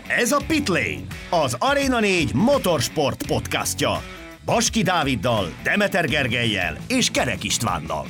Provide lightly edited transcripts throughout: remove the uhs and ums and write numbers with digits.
Ez a Pitlane, az Arena 4 motorsport podcastja. Baski Dáviddal, Demeter Gergellyel és Kerek Istvánnal.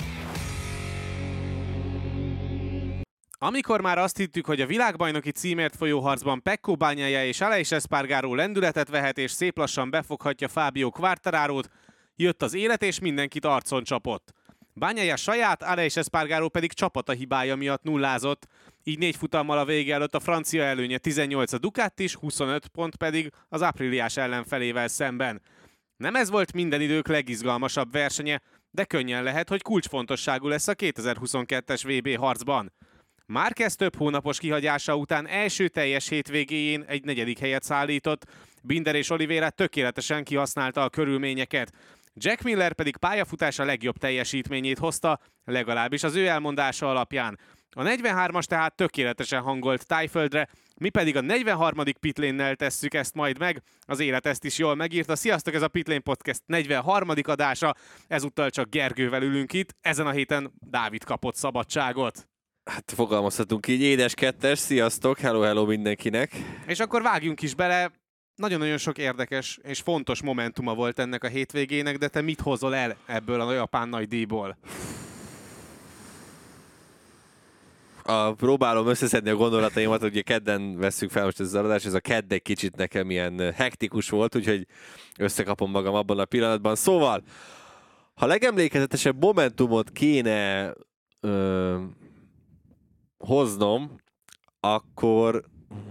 Amikor már azt hittük, hogy a világbajnoki címért folyó harcban Pecco Bagnaia és Aleix Espargaró lendületet vehet és szép lassan befoghatja Fabio Quartararót, jött az élet és mindenkit arcon csapott. Bagnaia saját, Aleix Espargaró pedig csapata hibája miatt nullázott, így 4 futammal a vége előtt a francia előnye 18 a Ducatis, 25 pont pedig az Apriliás ellenfelével szemben. Nem ez volt minden idők legizgalmasabb versenye, de könnyen lehet, hogy kulcsfontosságú lesz a 2022-es VB harcban. Márquez több hónapos kihagyása után első teljes hétvégéjén egy 4. helyet szállított, Binder és Oliveira tökéletesen kihasználta a körülményeket. Jack Miller pedig pályafutása legjobb teljesítményét hozta, legalábbis az ő elmondása alapján. A 43-as tehát tökéletesen hangolt tájföldre, mi pedig a 43. Pitlane-nel tesszük ezt majd meg. Az élet ezt is jól megírta. Sziasztok, ez a Pitlane Podcast 43. adása. Ezúttal csak Gergővel ülünk itt. Ezen a héten Dávid kapott szabadságot. Hát fogalmazhatunk így, édes kettes, sziasztok, hello mindenkinek. És akkor vágjunk is bele. Nagyon-nagyon sok érdekes és fontos momentuma volt ennek a hétvégének, de te mit hozol el ebből a japán nagydíjból? Próbálom összeszedni a gondolataimat, ugye kedden vesszük fel most ez az adást, ez a kedd egy kicsit nekem ilyen hektikus volt, úgyhogy összekapom magam abban a pillanatban. Szóval, ha legemlékezetesebb momentumot kéne hoznom, akkor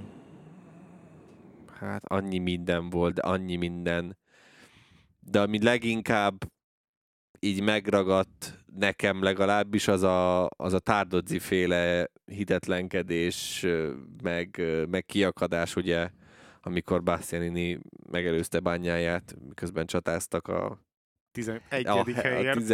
hát annyi minden volt, de annyi minden. De ami leginkább így megragadt nekem legalábbis az a Tardozzi féle hitetlenkedés, meg kiakadás, ugye, amikor Bastianini megelőzte Bagnaia-t, miközben csatáztak a 11. helyért.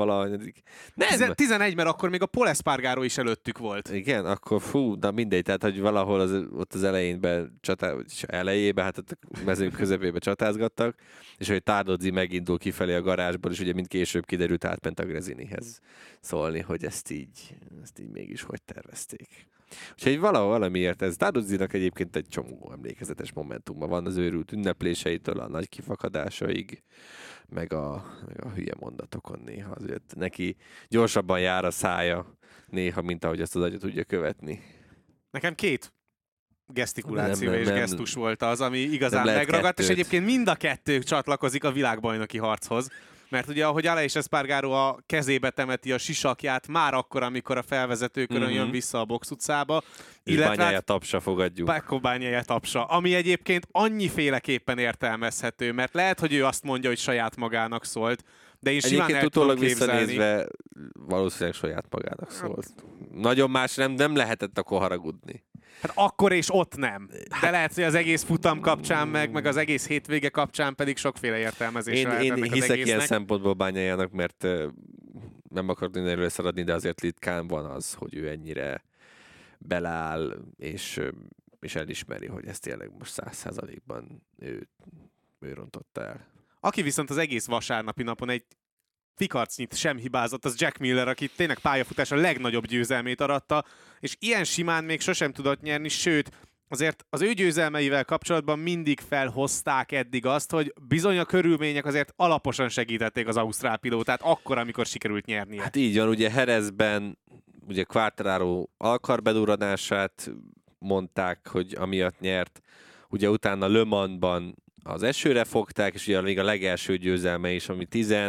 Nem. 11, mert akkor még a Pol Espargaró is előttük volt. Igen, akkor de mindegy, tehát hogy valahol ott az elejénben hát a mezőn közepébe csatázgattak, és hogy Tardozzi megindul kifelé a garázsból, és ugye mind később kiderült, átment a Gresinihez szólni, hogy ezt így mégis hogy tervezték. Úgyhogy valamiért ez Tardozzinak egyébként egy csomó emlékezetes momentuma van az őrült ünnepléseitől a nagy kifakadásaig, meg a hülye mondatokon néha. Azért neki gyorsabban jár a szája néha, mint ahogy azt az agya tudja követni. Nekem 2 gesztikuláció és gesztus volt az, ami igazán megragadt, és egyébként mind a 2 csatlakozik a világbajnoki harchoz. Mert ugye, ahogy Aleix Espargaró a kezébe temeti a sisakját már akkor, amikor a felvezetőkörön jön vissza a box utcába. És Bagnaia tapsa, fogadjuk. Pecco Bagnaia tapsa, ami egyébként annyiféleképpen értelmezhető, mert lehet, hogy ő azt mondja, hogy saját magának szólt, de én simán el tudom képzelni. Visszanézve valószínűleg saját magának szólt. Nagyon más nem lehetett akkor haragudni. Hát akkor és ott nem. De lehet, hogy az egész futam kapcsán, meg az egész hétvége kapcsán pedig sokféle értelmezés lehet ennek az egésznek. Én hiszek ilyen szempontból Bagnaiának, mert nem akarok mindenről szaladni, de azért ritkán van az, hogy ő ennyire beleáll, és elismeri, hogy ezt tényleg most 100%-ban ő rontotta el. Aki viszont az egész vasárnapi napon egy fikarcnyit sem hibázott, az Jack Miller, aki tényleg pályafutása legnagyobb győzelmét aratta, és ilyen simán még sosem tudott nyerni, sőt, azért az ő győzelmeivel kapcsolatban mindig felhozták eddig azt, hogy bizony a körülmények azért alaposan segítették az ausztrál pilótát akkor, amikor sikerült nyernie. Hát így van, ugye Jerezben ugye Quartararo alkarbedurranását mondták, hogy amiatt nyert, ugye utána Le Mansban az esőre fogták, és ugye még a legelső győzelme is, ami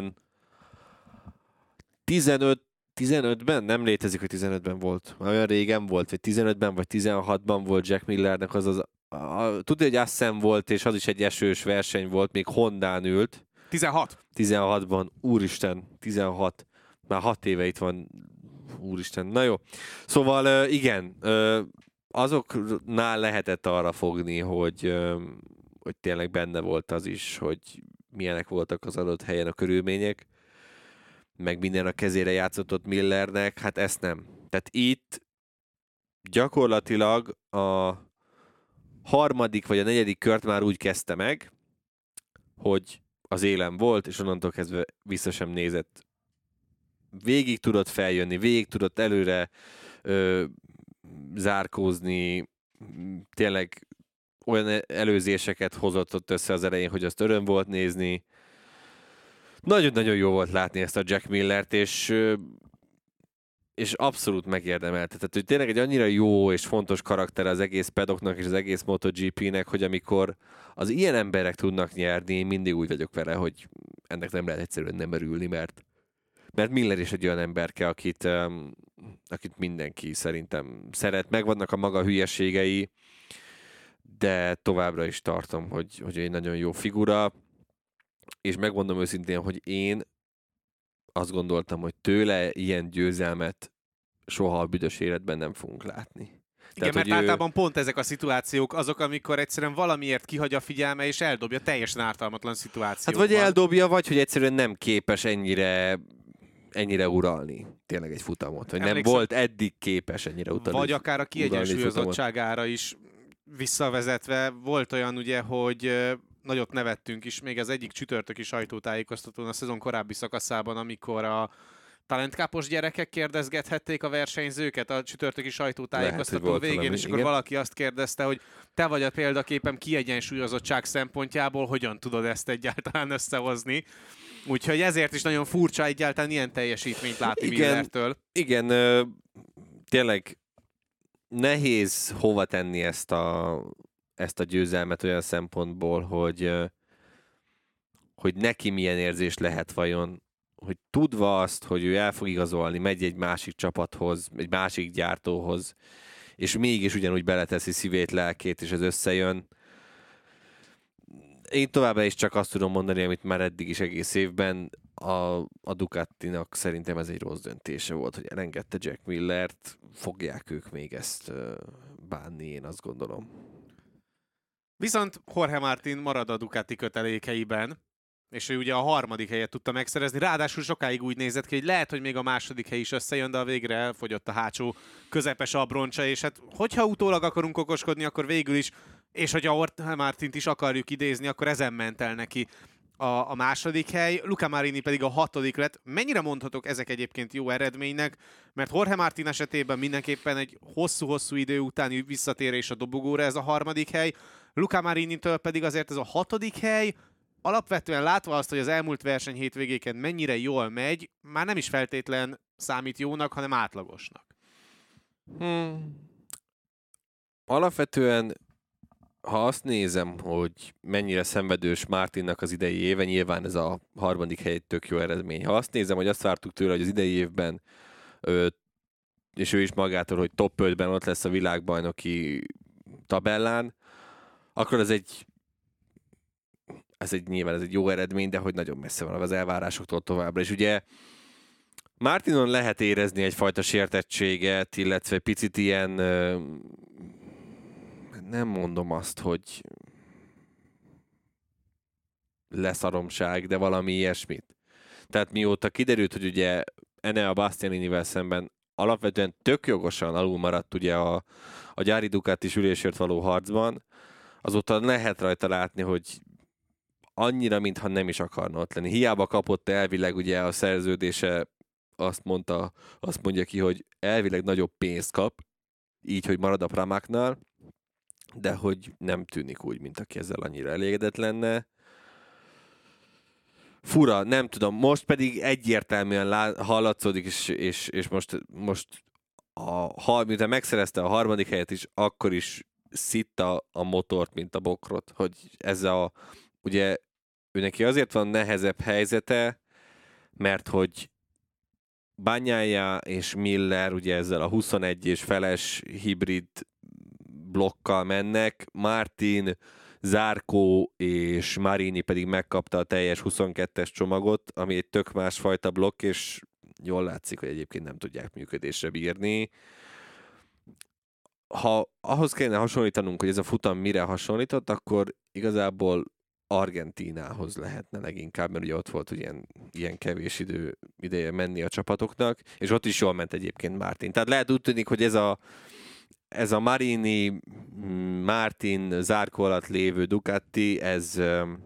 15-ben? Nem létezik, hogy 15-ben volt. Olyan régen volt, vagy 15-ben, vagy 16-ban volt Jack Millernek tudja, hogy Assen volt, és az is egy esős verseny volt, még Hondán ült. 16-ban, úristen, 16. Már 6 éve itt van, úristen. Na jó. Szóval igen, azoknál lehetett arra fogni, hogy tényleg benne volt az is, hogy milyenek voltak az adott helyen a körülmények, meg minden a kezére játszott ott Millernek, hát ezt nem. Tehát itt gyakorlatilag a 3. vagy a 4. kört már úgy kezdte meg, hogy az élen volt, és onnantól kezdve vissza sem nézett. Végig tudott feljönni, végig tudott előre zárkózni, tényleg olyan előzéseket hozott ott össze az elején, hogy azt öröm volt nézni. Nagyon-nagyon jó volt látni ezt a Jack Millert, és abszolút megérdemelte. Tehát, hogy tényleg egy annyira jó és fontos karakter az egész paddocknak és az egész MotoGP-nek, hogy amikor az ilyen emberek tudnak nyerni, én mindig úgy vagyok vele, hogy ennek nem lehet egyszerűen nem örülni, mert Miller is egy olyan emberke, akit mindenki szerintem szeret. Megvannak a maga hülyeségei, de továbbra is tartom, hogy egy nagyon jó figura, és megmondom őszintén, hogy én azt gondoltam, hogy tőle ilyen győzelmet soha a büdös életben nem fogunk látni. Igen, tehát, mert általában pont ezek a szituációk azok, amikor egyszerűen valamiért kihagy a figyelme, és eldobja teljesen ártalmatlan szituációban. Hát vagy eldobja, vagy hogy egyszerűen nem képes ennyire uralni tényleg egy futamot. Vagy nem volt eddig képes ennyire uralni. Vagy akár a kiegyensúlyozottságára is visszavezetve. Volt olyan ugye, hogy nagyot nevettünk is, még az egyik csütörtöki sajtótájékoztatón a szezon korábbi szakaszában, amikor a Talent Cup-os gyerekek kérdezgethették a versenyzőket a csütörtöki sajtótájékoztató végén, és akkor valaki azt kérdezte, hogy te vagy a példaképem kiegyensúlyozottság szempontjából, hogyan tudod ezt egyáltalán összehozni. Úgyhogy ezért is nagyon furcsa egyáltalán ilyen teljesítményt látni Millertől. Igen, tényleg nehéz hova tenni ezt a győzelmet olyan szempontból, hogy neki milyen érzés lehet vajon, hogy tudva azt, hogy ő el fog igazolni, megy egy másik csapathoz, egy másik gyártóhoz, és mégis ugyanúgy beleteszi szívét, lelkét, és ez összejön. Én továbbá is csak azt tudom mondani, amit már eddig is egész évben, a Ducatinak szerintem ez egy rossz döntése volt, hogy elengedte Jack Millert, fogják ők még ezt bánni, én azt gondolom. Viszont Jorge Martin marad a Ducati kötelékeiben, és ő ugye a harmadik helyet tudta megszerezni, ráadásul sokáig úgy nézett ki, hogy lehet, hogy még a második hely is összejön, de a végre elfogyott a hátsó közepes abroncsa, és hát hogyha utólag akarunk okoskodni, akkor végül is, és hogyha Jorge Martint is akarjuk idézni, akkor ezen ment el neki a második hely, Luca Marini pedig a 6. lett. Mennyire mondhatok ezek egyébként jó eredménynek, mert Jorge Martin esetében mindenképpen egy hosszú-hosszú idő utáni visszatérés a dobogóra ez a 3. hely, Luca Marinitől pedig azért ez a 6. hely, alapvetően látva azt, hogy az elmúlt verseny hétvégéken mennyire jól megy, már nem is feltétlen számít jónak, hanem átlagosnak. Alapvetően, ha azt nézem, hogy mennyire szenvedős Martinnak az idei éve, nyilván ez a 3. hely egy tök jó eredmény. Ha azt nézem, hogy azt vártuk tőle, hogy az idei évben, és ő is magától, hogy top 5-ben ott lesz a világbajnoki tabellán, akkor nyilván ez egy jó eredmény, de hogy nagyon messze van az elvárásoktól továbbra. És ugye Martinon lehet érezni egyfajta sértettséget, illetve picit ilyen, nem mondom azt, hogy leszaromság, de valami ilyesmit. Tehát mióta kiderült, hogy ugye Enea Bastianinivel szemben alapvetően tök jogosan alul maradt ugye a gyári Ducati ülésért való harcban, azóta lehet rajta látni, hogy annyira, mintha nem is akarna ott lenni. Hiába kapott elvileg ugye a szerződése, azt mondja ki, hogy elvileg nagyobb pénzt kap, így, hogy marad a Pramáknál, de hogy nem tűnik úgy, mint aki ezzel annyira elégedett lenne. Fura, nem tudom. Most pedig egyértelműen hallatszódik, és most miután megszerezte a 3. helyet is, akkor is szitta a motort, mint a bokrot, hogy ugye ő neki azért van nehezebb helyzete, mert hogy Bagnaia és Miller ugye ezzel a 21 és feles hibrid blokkal mennek, Martin, Zarco és Marini pedig megkapta a teljes 22-es csomagot, ami egy tök másfajta blokk, és jól látszik, hogy egyébként nem tudják működésre bírni. Ha ahhoz kellene hasonlítanunk, hogy ez a futam mire hasonlított, akkor igazából Argentínához lehetne leginkább, mert ugye ott volt ilyen kevés ideje menni a csapatoknak, és ott is jól ment egyébként Martin. Tehát lehet úgy tűnik, hogy ez a Marini, Martin, Zarco alatt lévő Ducati, ez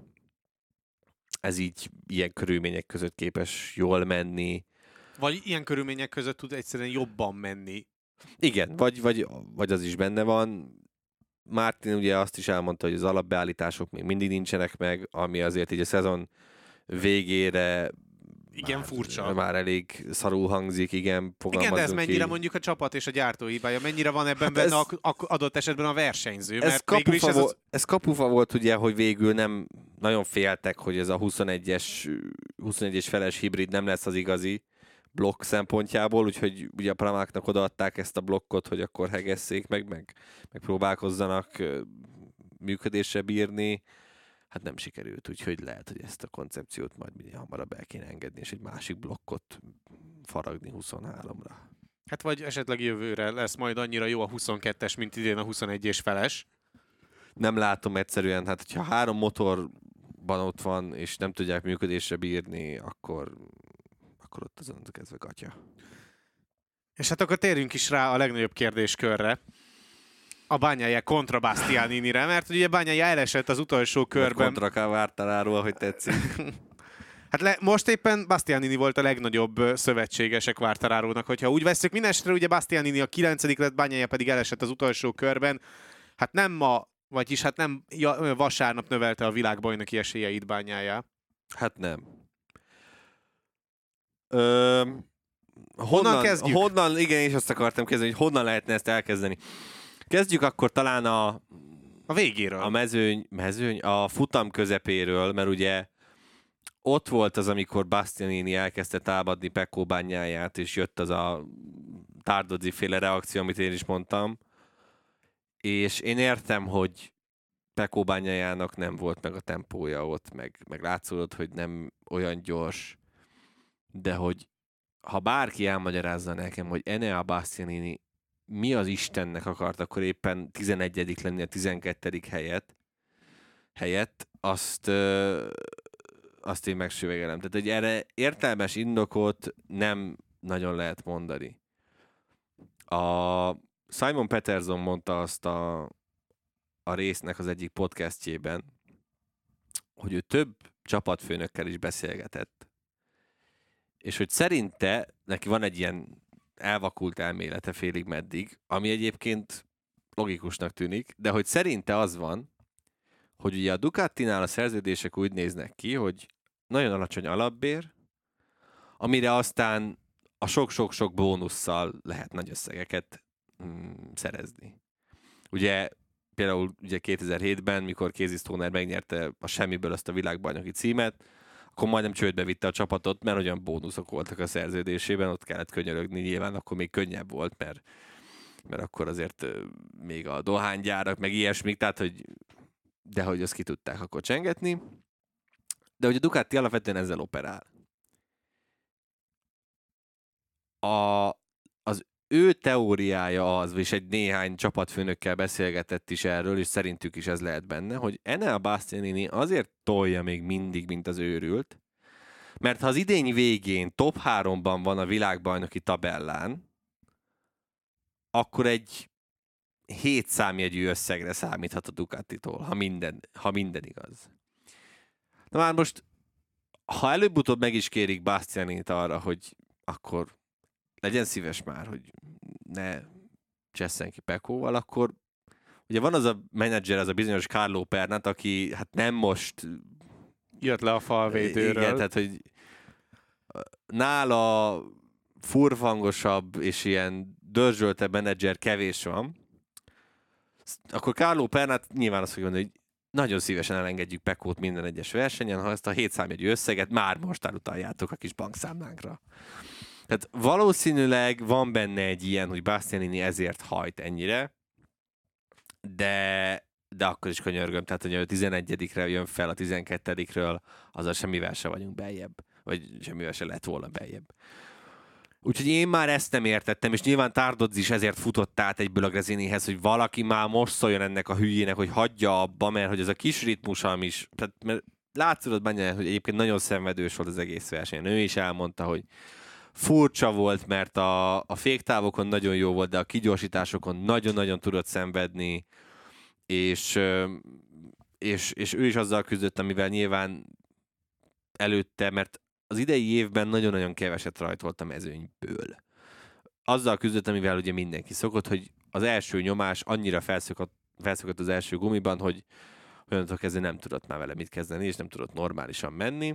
így ilyen körülmények között képes jól menni. Vagy ilyen körülmények között tud egyszerűen jobban menni. Igen, vagy az is benne van. Martin ugye azt is elmondta, hogy az alapbeállítások még mindig nincsenek meg, ami azért így a szezon végére Igen, furcsa. Már elég szarul hangzik, igen, Igen, de ez mennyire így. mondjuk a csapat és a gyártó hibája? Mennyire van ebben benne adott esetben a versenyző? Mert Ez kapufa volt ugye, hogy végül nem nagyon féltek, hogy ez a 21-es feles hibrid nem lesz az igazi blokk szempontjából, úgyhogy ugye a Pramáknak odaadták ezt a blokkot, hogy akkor hegesszék meg próbálkozzanak működésre bírni. Hát nem sikerült, úgyhogy lehet, hogy ezt a koncepciót majd minél hamarabb el kéne engedni, és egy másik blokkot faragni 23-ra. Hát vagy esetleg jövőre lesz majd annyira jó a 22-es, mint idén a 21-es feles. Nem látom egyszerűen, hát hogyha 3 motorban ott van, és nem tudják működésre bírni, akkor ott azon kezdve gatya. És hát akkor térjünk is rá a legnagyobb kérdéskörre. A Bagnaia kontra Bastianinire, mert ugye Bagnaia elesett az utolsó körben. Kontra Quartararo, ahogy tetszik. Hát most éppen Bastianini volt a legnagyobb szövetségesek Quartararónak, hogyha úgy veszük. Mindenesetre ugye Bastianini a 9. lett, Bagnaia pedig elesett az utolsó körben. Hát nem ma, vagyis hát nem vasárnap növelte a világbajnoki esélyeit Bagnaia. Hát nem. Honnan kezdjük? Honnan, igen, és azt akartam kezdeni, hogy honnan lehetne ezt elkezdeni. Kezdjük akkor talán a végéről. A mezőny, a futam közepéről, mert ugye ott volt az, amikor Bastianini elkezdte támadni Pecco Bagnaia-ját, és jött az a Tardozzi-féle reakció, amit én is mondtam. És én értem, hogy Pecco Bagnaia-nak nem volt meg a tempója ott, meg látszódott, hogy nem olyan gyors, de hogy ha bárki elmagyarázza nekem, hogy Enea Bastianini mi az Istennek akart akkor éppen 11. lenni a 12. helyett, azt én megsüvegelem. Tehát, hogy erre értelmes indokot nem nagyon lehet mondani. A Simon Peterson mondta azt a résznek az egyik podcastjében, hogy ő több csapatfőnökkel is beszélgetett, és hogy szerinte neki van egy ilyen elvakult elmélete félig meddig, ami egyébként logikusnak tűnik, de hogy szerinte az van, hogy ugye a Ducatinál a szerződések úgy néznek ki, hogy nagyon alacsony alapbér, amire aztán a sok-sok-sok bónusszal lehet nagy összegeket szerezni. Ugye például ugye 2007-ben, mikor Casey Stoner megnyerte a semmiből azt a világbajnoki címet, akkor majdnem csődbe vitte a csapatot, mert olyan bónuszok voltak a szerződésében, ott kellett könyörögni, nyilván akkor még könnyebb volt, mert akkor azért még a dohánygyárak, meg ilyesmik, tehát hogy de hogy azt ki tudták akkor csengetni. De hogy a Ducati alapvetően ezzel operál. Az ő teóriája az, és egy néhány csapatfőnökkel beszélgetett is erről, és szerintük is ez lehet benne, hogy Enea Bastianini azért tolja még mindig, mint az őrült, mert ha az idény végén top 3-ban van a világbajnoki tabellán, akkor egy 7 számjegyű összegre számíthat a Ducatitól, ha minden igaz. Na már most, ha előbb-utóbb meg is kérik Bastianinit arra, hogy akkor legyen szíves már, hogy ne csesszen ki Peccóval, akkor ugye van az a menedzser, az a bizonyos Carlo Pernat, aki hát nem most jött le a falvédőről. Igen, tehát hogy nála furfangosabb és ilyen dörzsöltebb menedzser kevés van, akkor Carlo Pernat nyilván azt fogja mondani, hogy nagyon szívesen elengedjük Peccót minden egyes versenyen, ha ezt a 7 számjegyű összeget már most elutaljátok a kis bankszámlánkra. Tehát valószínűleg van benne egy ilyen, hogy Bastianini ezért hajt ennyire, de akkor is könyörgöm, tehát hogy a 11-re jön fel a 12-ről, azzal semmivel se vagyunk beljebb, vagy semmivel se lett volna beljebb. Úgyhogy én már ezt nem értettem, és nyilván Tardozzi is ezért futott át egyből a Gresinihez, hogy valaki már most szóljon ennek a hülyének, hogy hagyja abba, mert hogy ez a kis ritmusam is, tehát mert látszódott benne, hogy egyébként nagyon szenvedős volt az egész verseny. Ő is elmondta, hogy furcsa volt, mert a féktávokon nagyon jó volt, de a kigyorsításokon nagyon-nagyon tudott szenvedni, és ő is azzal küzdött, amivel nyilván előtte, mert az idei évben nagyon-nagyon keveset rajtolt a mezőnyből. Azzal küzdött, amivel ugye mindenki szokott, hogy az első nyomás annyira felszokott felszokott az első gumiban, hogy onnantól kezdve nem tudott már vele mit kezdeni, és nem tudott normálisan menni.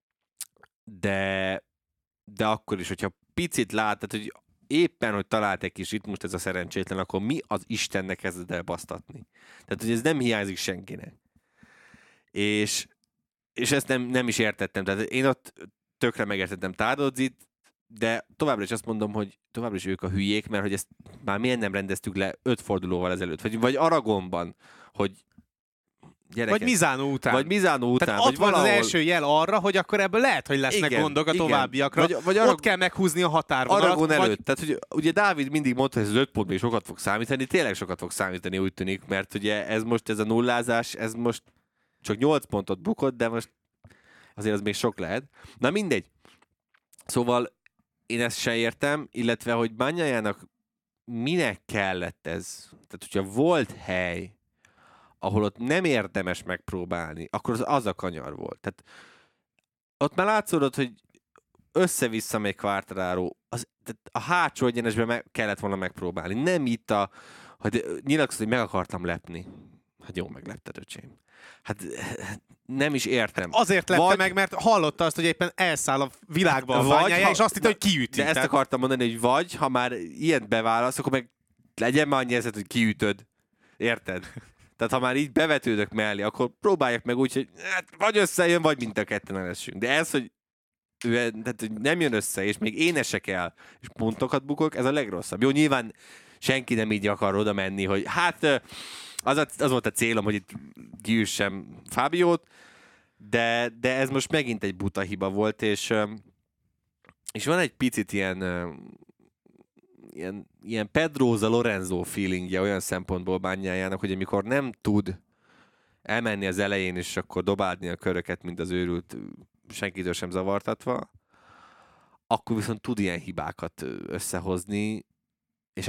De akkor is, hogyha picit látod, hogy éppen, hogy talált egy kis ritmust ez a szerencsétlen, akkor mi az Istennek kezded el basztatni? Tehát, hogy ez nem hiányzik senkinek. És ezt nem is értettem. Tehát én ott tökre megértettem Tádodzit, de továbbra is azt mondom, hogy továbbra is ők a hülyék, mert hogy ezt már miért nem rendeztük le 5 fordulóval ezelőtt, vagy Aragonban, hogy gyerekek. Vagy Misano után. Tehát ott van az első jel arra, hogy akkor ebből lehet, hogy lesznek gondok a továbbiakra. Vagy ott kell meghúzni a határvonalat. Aragon előtt. Tehát, hogy ugye Dávid mindig mondta, hogy ez az 5 pont még sokat fog számítani, tényleg sokat fog számítani, úgy tűnik, mert ugye ez a nullázás, ez most csak 8 pontot bukott, de most azért az még sok lehet. Na mindegy. Szóval én ezt se értem, illetve, hogy Bagnajának minek kellett ez. Tehát, hogyha volt hely, ahol ott nem érdemes megpróbálni, akkor az a kanyar volt. Tehát ott már látszódott, hogy össze-vissza megy Quartararo, a hátsó egyenesben kellett volna megpróbálni. Nem itt hogy nyilatkozott, hogy meg akartam lepni. Hát jó, meglepted, öcsém. Hát nem is értem. Hát azért lepte meg, mert hallotta azt, hogy éppen elszáll a világba a Bagnaia, és azt hitte, hogy kiüti. De ezt akartam mondani, hogy ha már ilyet beválasz, akkor meg legyen már annyi eset, hogy kiütöd. Érted? Tehát ha már így bevetődök mellé, akkor próbálják meg úgy, hogy hát, vagy összejön, vagy mind a ketten elessünk. De ez, hogy tehát nem jön össze, és még én esek el, és pontokat bukok, ez a legrosszabb. Jó, nyilván senki nem így akar oda menni, hogy hát az volt a célom, hogy itt kiüssem Fábiót, de ez most megint egy buta hiba volt, és van egy picit ilyen Pedroza Lorenzo feelingje olyan szempontból Bagnajának, hogy amikor nem tud elmenni az elején, és akkor dobálni a köröket, mint az őrült, senkitől sem zavartatva, akkor viszont tud ilyen hibákat összehozni, és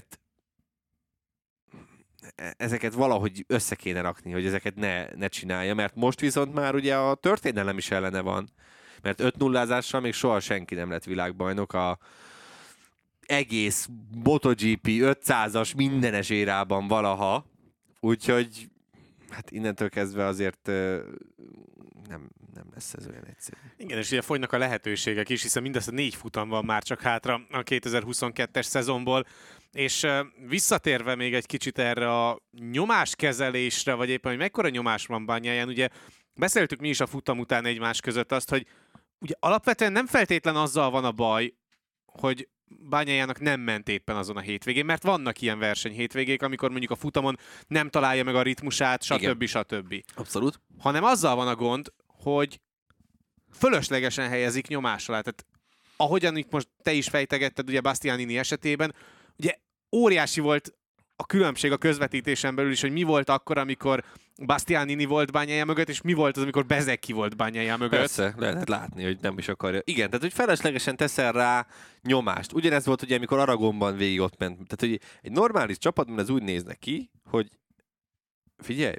ezeket valahogy össze kéne rakni, hogy ezeket ne csinálja, mert most viszont már ugye a történelem is ellene van, mert 5-0-ázással még soha senki nem lett világbajnok a egész MotoGP 500-as mindenes érában valaha, úgyhogy hát innentől kezdve azért nem lesz ez olyan egyszerű. Igen, és ugye fogynak a lehetőségek is, hiszen mindössze 4 futam van már csak hátra a 2022-es szezonból, és visszatérve még egy kicsit erre a nyomáskezelésre, vagy éppen, hogy mekkora nyomás van Bagnaiján, ugye beszéltük mi is a futam után egymás között azt, hogy ugye alapvetően nem feltétlen azzal van a baj, hogy Bagnajának nem ment éppen azon a hétvégén, mert vannak ilyen versenyhétvégék, amikor mondjuk a futamon nem találja meg a ritmusát, stb. Abszolút. Hanem azzal van a gond, hogy fölöslegesen helyezik nyomás alá. Tehát ahogyan itt most te is fejtegetted, ugye Bastianini esetében, ugye óriási volt a különbség a közvetítésen belül is, hogy mi volt akkor, amikor Bastianini volt Bagnaia mögött, és mi volt az, amikor Bezzecchi volt Bagnaia mögött. Persze, lehet látni, hogy nem is akarja. Igen, tehát hogy feleslegesen teszel rá nyomást. Ugyanez volt, ugye, amikor Aragonban végig ott ment. Tehát, hogy egy normális csapatban ez úgy nézne ki, hogy figyelj,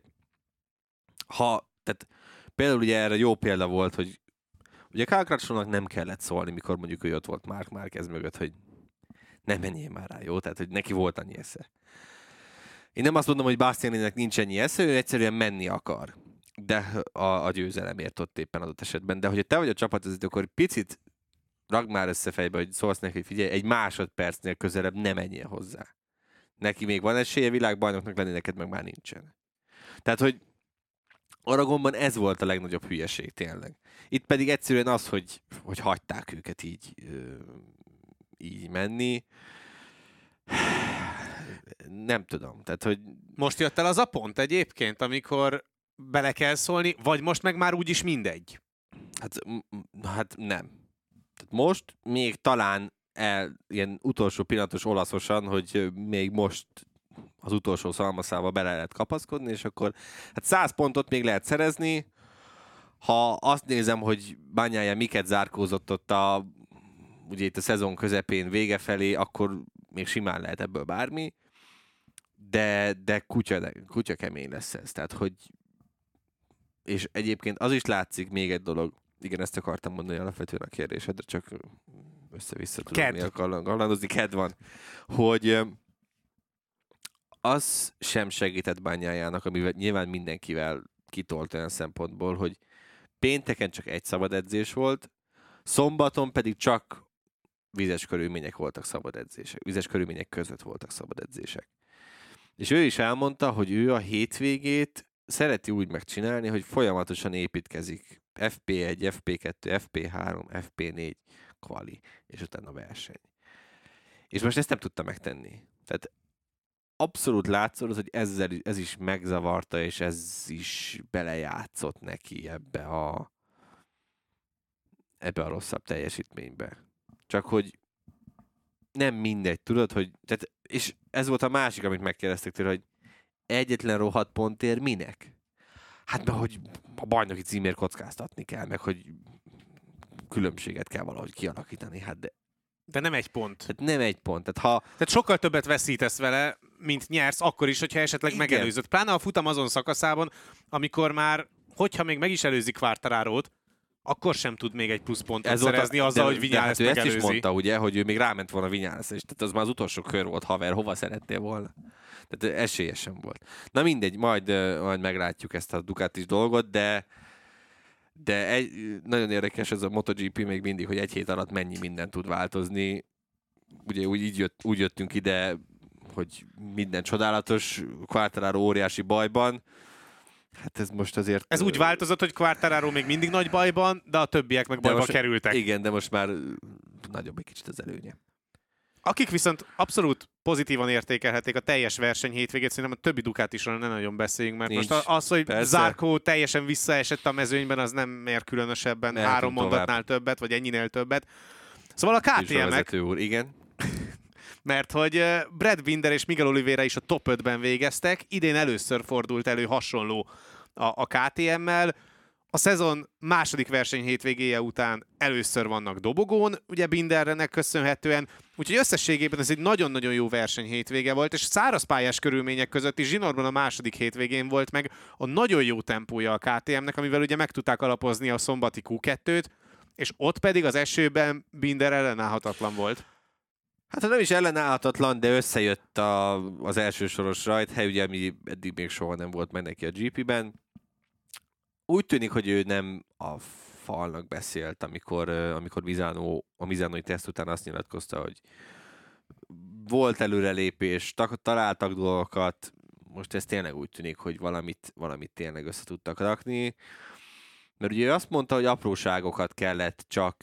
tehát például ugye erre jó példa volt, hogy ugye Kyle Crutchlow-nak nem kellett szólni, mikor mondjuk ő ott volt Marc Márquez mögött, hogy nem menjél már rá, jó? Tehát, hogy neki volt annyi esze. Én nem azt mondom, hogy Bastianininek nincs ennyi esze, ő egyszerűen menni akar. De a győzelemért ott éppen adott esetben. De hogyha te vagy a csapatvezető, akkor picit ragd már össze fejbe, hogy szólsz neki, hogy figyelj, egy másodpercnél közelebb nem menjél hozzá. Neki még van esélye világbajnoknak lenni, neked meg már nincsen. Tehát, hogy Aragonban ez volt a legnagyobb hülyeség tényleg. Itt pedig egyszerűen az, hogy hagyták őket így menni. Nem tudom. Tehát, hogy... Most jött el az a pont egyébként, amikor bele kell szólni, vagy most meg már úgyis mindegy? Hát nem. Tehát most még talán ilyen utolsó pillanatos olaszosan, hogy még most az utolsó szalmaszálba bele lehet kapaszkodni, és akkor hát 100 pontot még lehet szerezni. Ha azt nézem, hogy Bagnaia miket zárkózott ott ugye itt a szezon közepén vége felé, akkor még simán lehet ebből bármi, de kutya kemény lesz ez. Tehát, hogy és egyébként az is látszik, még egy dolog, igen, ezt akartam mondani alapvetően a kérdésedre, csak össze-vissza tudom kalandozni, kedv van, hogy az sem segített Bagnajának, amivel nyilván mindenkivel kitolt olyan szempontból, hogy pénteken csak egy szabad edzés volt, szombaton pedig csak vizes körülmények voltak szabad edzések. Vizes körülmények között voltak szabad edzések. És ő is elmondta, hogy ő a hétvégét szereti úgy megcsinálni, hogy folyamatosan építkezik. FP1, FP2, FP3, FP4 kvali, és utána verseny. És most ezt nem tudta megtenni. Tehát abszolút látszott, hogy ez is megzavarta, és ez is belejátszott neki ebbe a rosszabb teljesítménybe. Csak hogy nem mindegy, tudod, hogy... Tehát, és ez volt a másik, amit megkérdeztek tőle, hogy egyetlen rohadt pontért minek? Hát mert hogy a bajnoki címért kockáztatni kell, meg hogy különbséget kell valahogy kialakítani, hát de nem egy pont. Tehát nem egy pont. Tehát sokkal többet veszítesz vele, mint nyersz, akkor is, hogyha esetleg igen, megelőzött. Pláne a futam azon szakaszában, amikor már, hogyha még meg is előzi Quartararót, akkor sem tud még egy pluszpontot szerezni azzal, hogy Viñales megelőzi. Ezt is mondta, ugye, hogy ő még ráment volna Viñales, és tehát az már az utolsó kör volt, haver, hova szeretnél volna. Tehát esélyes sem volt. Na mindegy, majd meglátjuk ezt a Ducatis dolgot, de nagyon érdekes ez a MotoGP még mindig, hogy egy hét alatt mennyi minden tud változni. Ugye úgy jöttünk ide, hogy minden csodálatos, Quartararo óriási bajban. Hát ez most azért... Ez úgy változott, hogy Quartararo még mindig nagy bajban, de a többiek meg bajba kerültek. Igen, de most már nagyobb egy kicsit az előnye. Akik viszont abszolút pozitívan értékelhetik a teljes verseny hétvégét, szerintem a többi Ducatisról ne nagyon beszéljünk, mert nincs, most az, hogy persze. Zarco teljesen visszaesett a mezőnyben, az nem ér különösebben Mehetünk 3 mondatnál tovább. többet, vagy ennyinél többet. Szóval a KTM-ek, úr, igen. mert hogy Brad Binder és Miguel Oliveira is a top 5-ben végeztek, idén először fordult elő hasonló a KTM-mel. A szezon második verseny hétvégéje után először vannak dobogón, ugye Bindernek köszönhetően, úgyhogy összességében ez egy nagyon-nagyon jó verseny hétvége volt, és szárazpályás körülmények között is Zsinórban a második hétvégén volt meg a nagyon jó tempója a KTM-nek, amivel ugye meg tudták alapozni a szombati Q2-t, és ott pedig az esőben Binder ellenállhatatlan volt. Hát nem is ellenállhatatlan, de összejött az első soros rajthely, ugye ami eddig még soha nem volt meg neki a GP-ben. Úgy tűnik, hogy ő nem a falnak beszélt, amikor a Misánói teszt után azt nyilatkozta, hogy volt előrelépés, találtak dolgokat, most ez tényleg úgy tűnik, hogy valamit tényleg össze tudtak rakni. Mert ugye azt mondta, hogy apróságokon kellett csak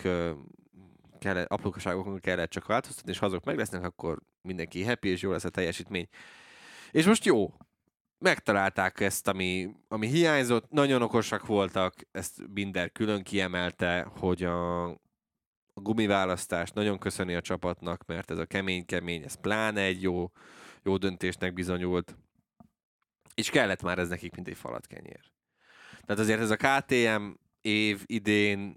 változtatni, és ha azok meg lesznek, akkor mindenki happy, és jó lesz a teljesítmény. És most jó. Megtalálták ezt, ami hiányzott, nagyon okosak voltak, ezt Binder külön kiemelte, hogy a gumiválasztás nagyon köszöni a csapatnak, mert ez a kemény, ez pláne egy jó döntésnek bizonyult, és kellett már ez nekik, mint egy falatkenyér. Tehát azért ez a KTM év idén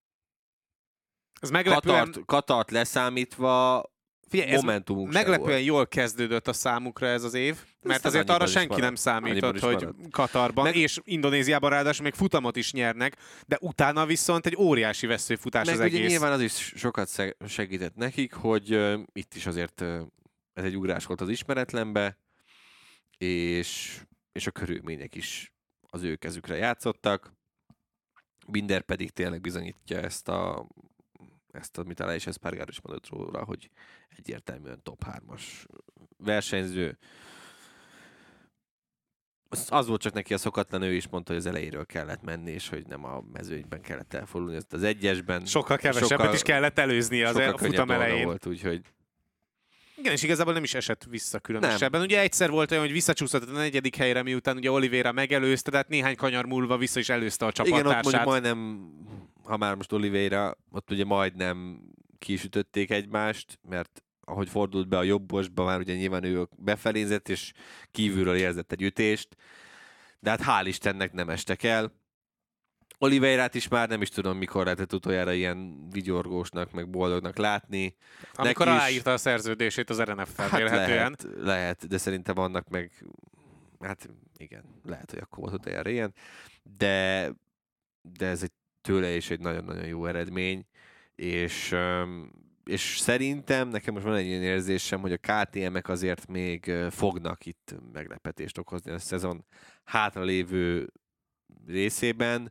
ez meglepően... Katart leszámítva momentumunk meglepően jól kezdődött a számukra ez az év, mert azért arra senki nem számított, hogy Katarban és Indonéziában ráadásul még futamot is nyernek, de utána viszont egy óriási veszőfutás az egész. Nyilván az is sokat segített nekik, hogy itt is azért ez egy ugrás volt az ismeretlenbe, és a körülmények is az ő kezükre játszottak. Binder pedig tényleg bizonyítja ezt, amit Aleix Espargaró is mondott róla, hogy egyértelműen top 3-as versenyző. Az volt csak neki a szokatlan, ő is mondta, hogy az elejéről kellett menni, és hogy nem a mezőnyben kellett elfordulni, ezt az egyesben. Sokkal kevesebbet is kellett előzni a futam elején. Volt, úgyhogy... Igen, és igazából nem is esett vissza különösebben. Nem. Ugye egyszer volt olyan, hogy visszacsúszott a 4. helyre, miután ugye Oliveira megelőzte, tehát néhány kanyar múlva vissza is előzte a csapattársát. Igen, ott majdnem, ha már most Oliveira, ott ugye majdnem kisütötték egymást, mert ahogy fordult be a jobbosba, már ugye nyilván ő befelézett, és kívülről érzett egy ütést, de hát hál' Istennek nem estek el. Oliveirát is már nem is tudom, mikor lehetett utoljára ilyen vigyorgósnak, meg boldognak látni. Amikor aláírta a szerződését az RNF-fel vélhetően. Lehet, de szerintem annak meg, hát igen, lehet, hogy akkor volt utoljára ilyen, de ez tőle is egy nagyon-nagyon jó eredmény, és és szerintem nekem most van egy ilyen érzésem, hogy a KTM-ek azért még fognak itt meglepetést okozni a szezon hátralévő részében.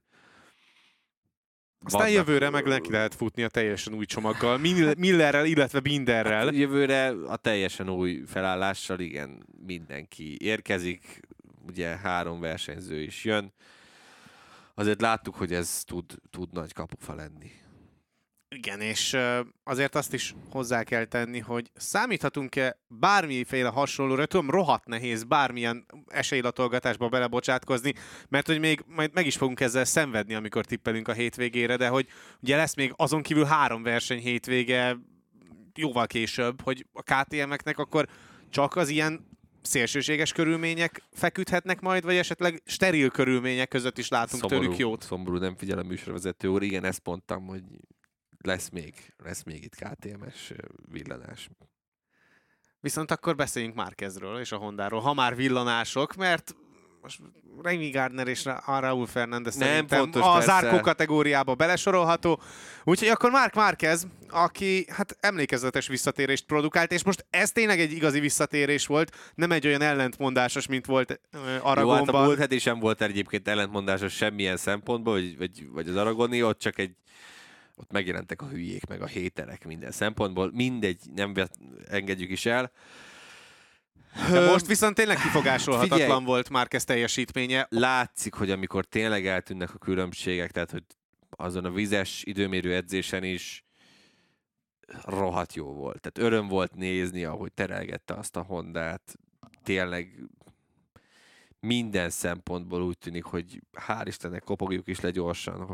Aztán jövőre meg neki lehet futni a teljesen új csomaggal, Millerrel, illetve Binderrel. Hát jövőre a teljesen új felállással, igen, mindenki érkezik, ugye 3 versenyző is jön. Azért láttuk, hogy ez tud nagy kapufa lenni. Igen, és azért azt is hozzá kell tenni, hogy számíthatunk-e bármiféle hasonlóra, tudom, rohadt nehéz bármilyen esélylatolgatásba belebocsátkozni, mert hogy még majd meg is fogunk ezzel szenvedni, amikor tippelünk a hétvégére, de hogy ugye lesz még azon kívül 3 verseny hétvége jóval később, hogy a KTM-eknek akkor csak az ilyen szélsőséges körülmények feküdhetnek majd, vagy esetleg steril körülmények között is látunk tőlük jót. Szomorú, nem figyel a műsorvezető úr. Igen, ezt mondtam, hogy lesz még itt KTM-es villanás. Viszont akkor beszéljünk Márquezről és a Hondáról, ha már villanások, mert most Remy Gardner és Raúl Fernández szerintem a zárkó kategóriába belesorolható. Úgyhogy akkor Marc Márquez, aki hát emlékezetes visszatérést produkált, és most ez tényleg egy igazi visszatérés volt, nem egy olyan ellentmondásos, mint volt Aragonban. Jó, hát a múlt heti sem volt egyébként ellentmondásos semmilyen szempontból, vagy az aragoni, ott csak ott megjelentek a hülyék, meg a héterek minden szempontból. Mindegy, nem engedjük is el. De most viszont tényleg kifogásolhatatlan volt Márquez teljesítménye. Látszik, hogy amikor tényleg eltűnnek a különbségek, tehát hogy azon a vizes időmérő edzésen is rohadt jó volt. Tehát öröm volt nézni, ahogy terelgette azt a Hondát. Tényleg minden szempontból úgy tűnik, hogy hál' Istennek kopogjuk is le gyorsan,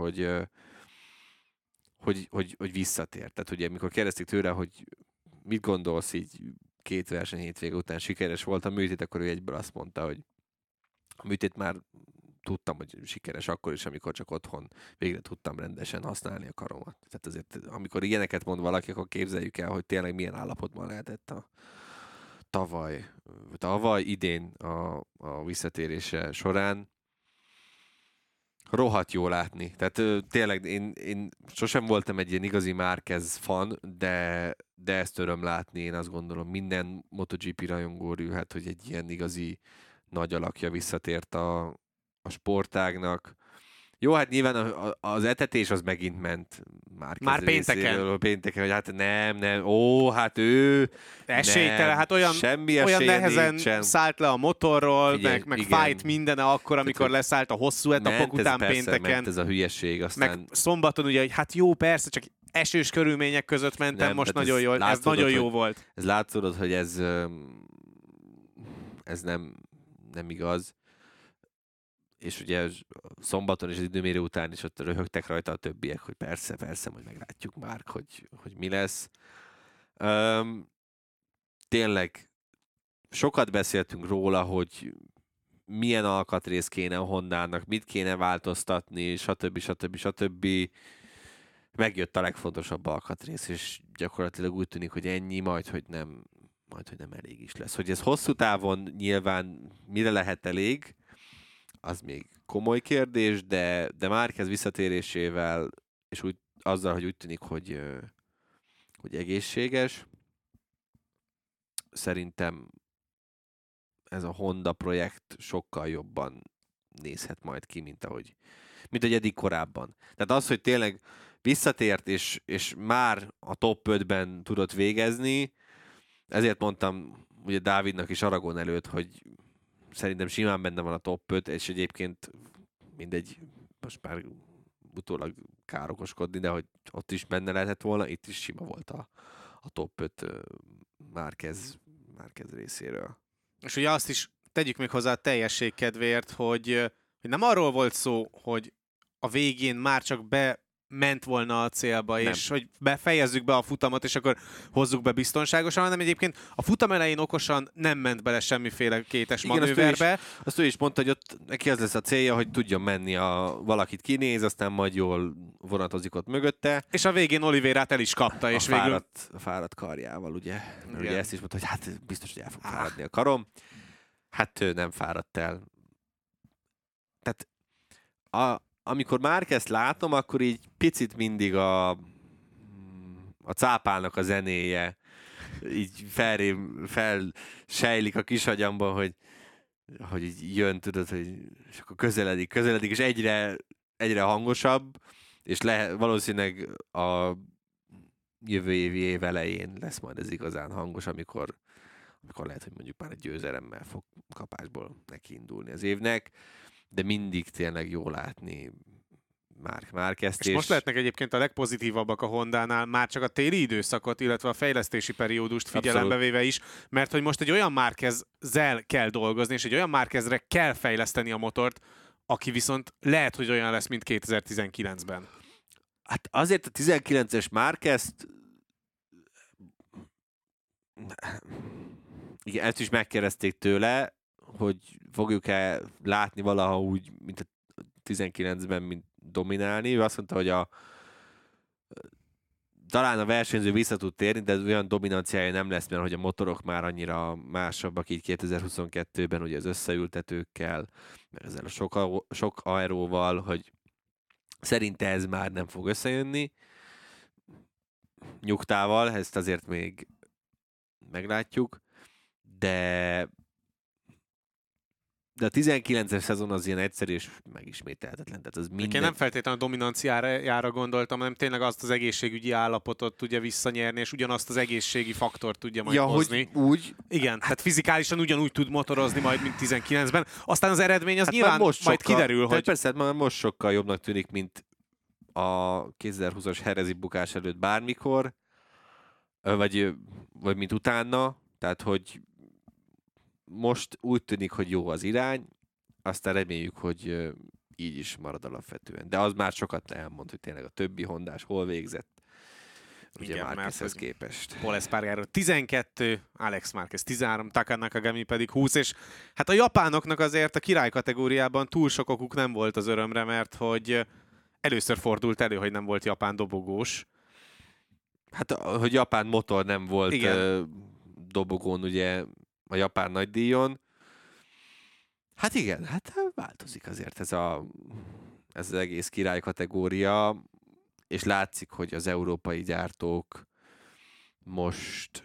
hogy visszatér. Tehát ugye, amikor kérdezték tőle, hogy mit gondolsz így 2 verseny hétvége után sikeres volt a műtét, akkor ő egyből azt mondta, hogy a műtét már tudtam, hogy sikeres akkor is, amikor csak otthon végre tudtam rendesen használni a karomat. Tehát azért, amikor ilyeneket mond valaki, akkor képzeljük el, hogy tényleg milyen állapotban lehetett a tavaly idén a visszatérése során. Rohadt jó látni. Tehát tényleg én sosem voltam egy ilyen igazi Márquez fan, de ezt öröm látni. Én azt gondolom, minden MotoGP rajongó örülhet, hogy egy ilyen igazi nagy alakja visszatért a sportágnak. Jó, hát nyilván az etetés az megint ment már pénteken, hogy hát nem, hát ő esélytelen, hát olyan nehezen nincsen. szállt le a motorról, Figyelj, meg fájt mindene akkor, amikor leszállt a hosszú etapok után pénteken. Ment ez a hülyeség, aztán... Meg szombaton ugye, hogy hát jó, persze, csak esős körülmények között mentem, nem, most nagyon jól, ez nagyon jó volt. Ez látszódott, hogy ez nem igaz. És ugye szombaton és az időmérő után is ott röhögtek rajta a többiek, hogy persze, majd meglátjuk már, hogy mi lesz. Tényleg sokat beszéltünk róla, hogy milyen alkatrész kéne a Hondának, mit kéne változtatni, stb. Megjött a legfontosabb alkatrész, és gyakorlatilag úgy tűnik, hogy ennyi, majd hogy nem elég is lesz. Hogy ez hosszú távon nyilván mire lehet elég, az még komoly kérdés, de Márquez visszatérésével, és azzal, hogy úgy tűnik, hogy egészséges, szerintem ez a Honda projekt sokkal jobban nézhet majd ki, mint ahogy eddig korábban. Tehát az, hogy tényleg visszatért, és már a top 5-ben tudott végezni, ezért mondtam ugye Dávidnak is Aragon előtt, hogy szerintem simán benne van a top 5, és egyébként mindegy, most már utólag károkoskodni, de hogy ott is benne lehetett volna, itt is sima volt a top 5 Márquez részéről. És ugye azt is tegyük még hozzá a teljesség kedvéért, hogy nem arról volt szó, hogy a végén már csak ment volna a célba, nem. És hogy befejezzük be a futamot, és akkor hozzuk be biztonságosan, hanem egyébként a futam elején okosan nem ment bele semmiféle kétes manőverbe. Azt ő is mondta, hogy ott neki az lesz a célja, hogy tudjon menni, valakit kinéz, aztán majd jól vonatozik ott mögötte. És a végén Oliveirát el is kapta. És a fáradt karjával, ugye. Ugye ezt is mondta, hogy hát biztos, hogy el fog fáradni a karom. Hát ő nem fáradt el. Tehát amikor Márquezt látom, akkor így picit mindig a cápálnak a zenéje így felsejlik a kisagyamban, hogy így jön, tudod, hogy és akkor közeledik, és egyre hangosabb, és valószínűleg a jövő év elején lesz majd ez igazán hangos, amikor lehet, hogy mondjuk már egy győzelemmel fog kapásból neki indulni az évnek, de mindig tényleg jó látni Márquezt. És most lehetnek egyébként a legpozitívabbak a Hondánál, már csak a téli időszakot, illetve a fejlesztési periódust figyelembe véve is, mert hogy most egy olyan Márquezzel kell dolgozni, és egy olyan Márquezre kell fejleszteni a motort, aki viszont lehet, hogy olyan lesz, mint 2019-ben. Hát azért a 19-es Márquezt igen, ezt is megkérdezték tőle, hogy fogjuk-e látni valaha úgy, mint a 19-ben, mint dominálni. Ő azt mondta, hogy talán a versenyző vissza tud térni, de olyan dominanciája nem lesz, mert hogy a motorok már annyira másabbak így 2022-ben, ugye az összeültetőkkel, meg ezzel a sok aeróval, hogy szerinte ez már nem fog összejönni. Nyugtával, ezt azért még meglátjuk, de a 19-es szezon az ilyen egyszerű és megismételhetetlen. Tehát az minden... Én nem feltétlenül a dominanciára gondoltam, hanem tényleg azt az egészségügyi állapotot tudja visszanyerni, és ugyanazt az egészségi faktort tudja majd hozni. Hogy úgy? Igen, hát fizikálisan ugyanúgy tud motorozni majd, mint 19-ben. Aztán az eredmény az nyilván majd kiderül, hogy... Persze, már most sokkal jobbnak tűnik, mint a 2020-as herezi bukás előtt bármikor, vagy mint utána. Tehát, hogy most úgy tűnik, hogy jó az irány, aztán reméljük, hogy így is marad alapvetően. De az már sokat elmond, hogy tényleg a többi hondás hol végzett. Ugye Márquezhez képest. Pol Espargaró 12, Alex Márquez 13, Taka Nakagami pedig 20, és hát a japánoknak azért a király kategóriában túl sok okuk nem volt az örömre, mert hogy először fordult elő, hogy nem volt japán dobogós. Hát, hogy japán motor nem volt dobogón, ugye a japán nagydíjon. Hát igen, hát változik azért ez az egész király kategória, és látszik, hogy az európai gyártók most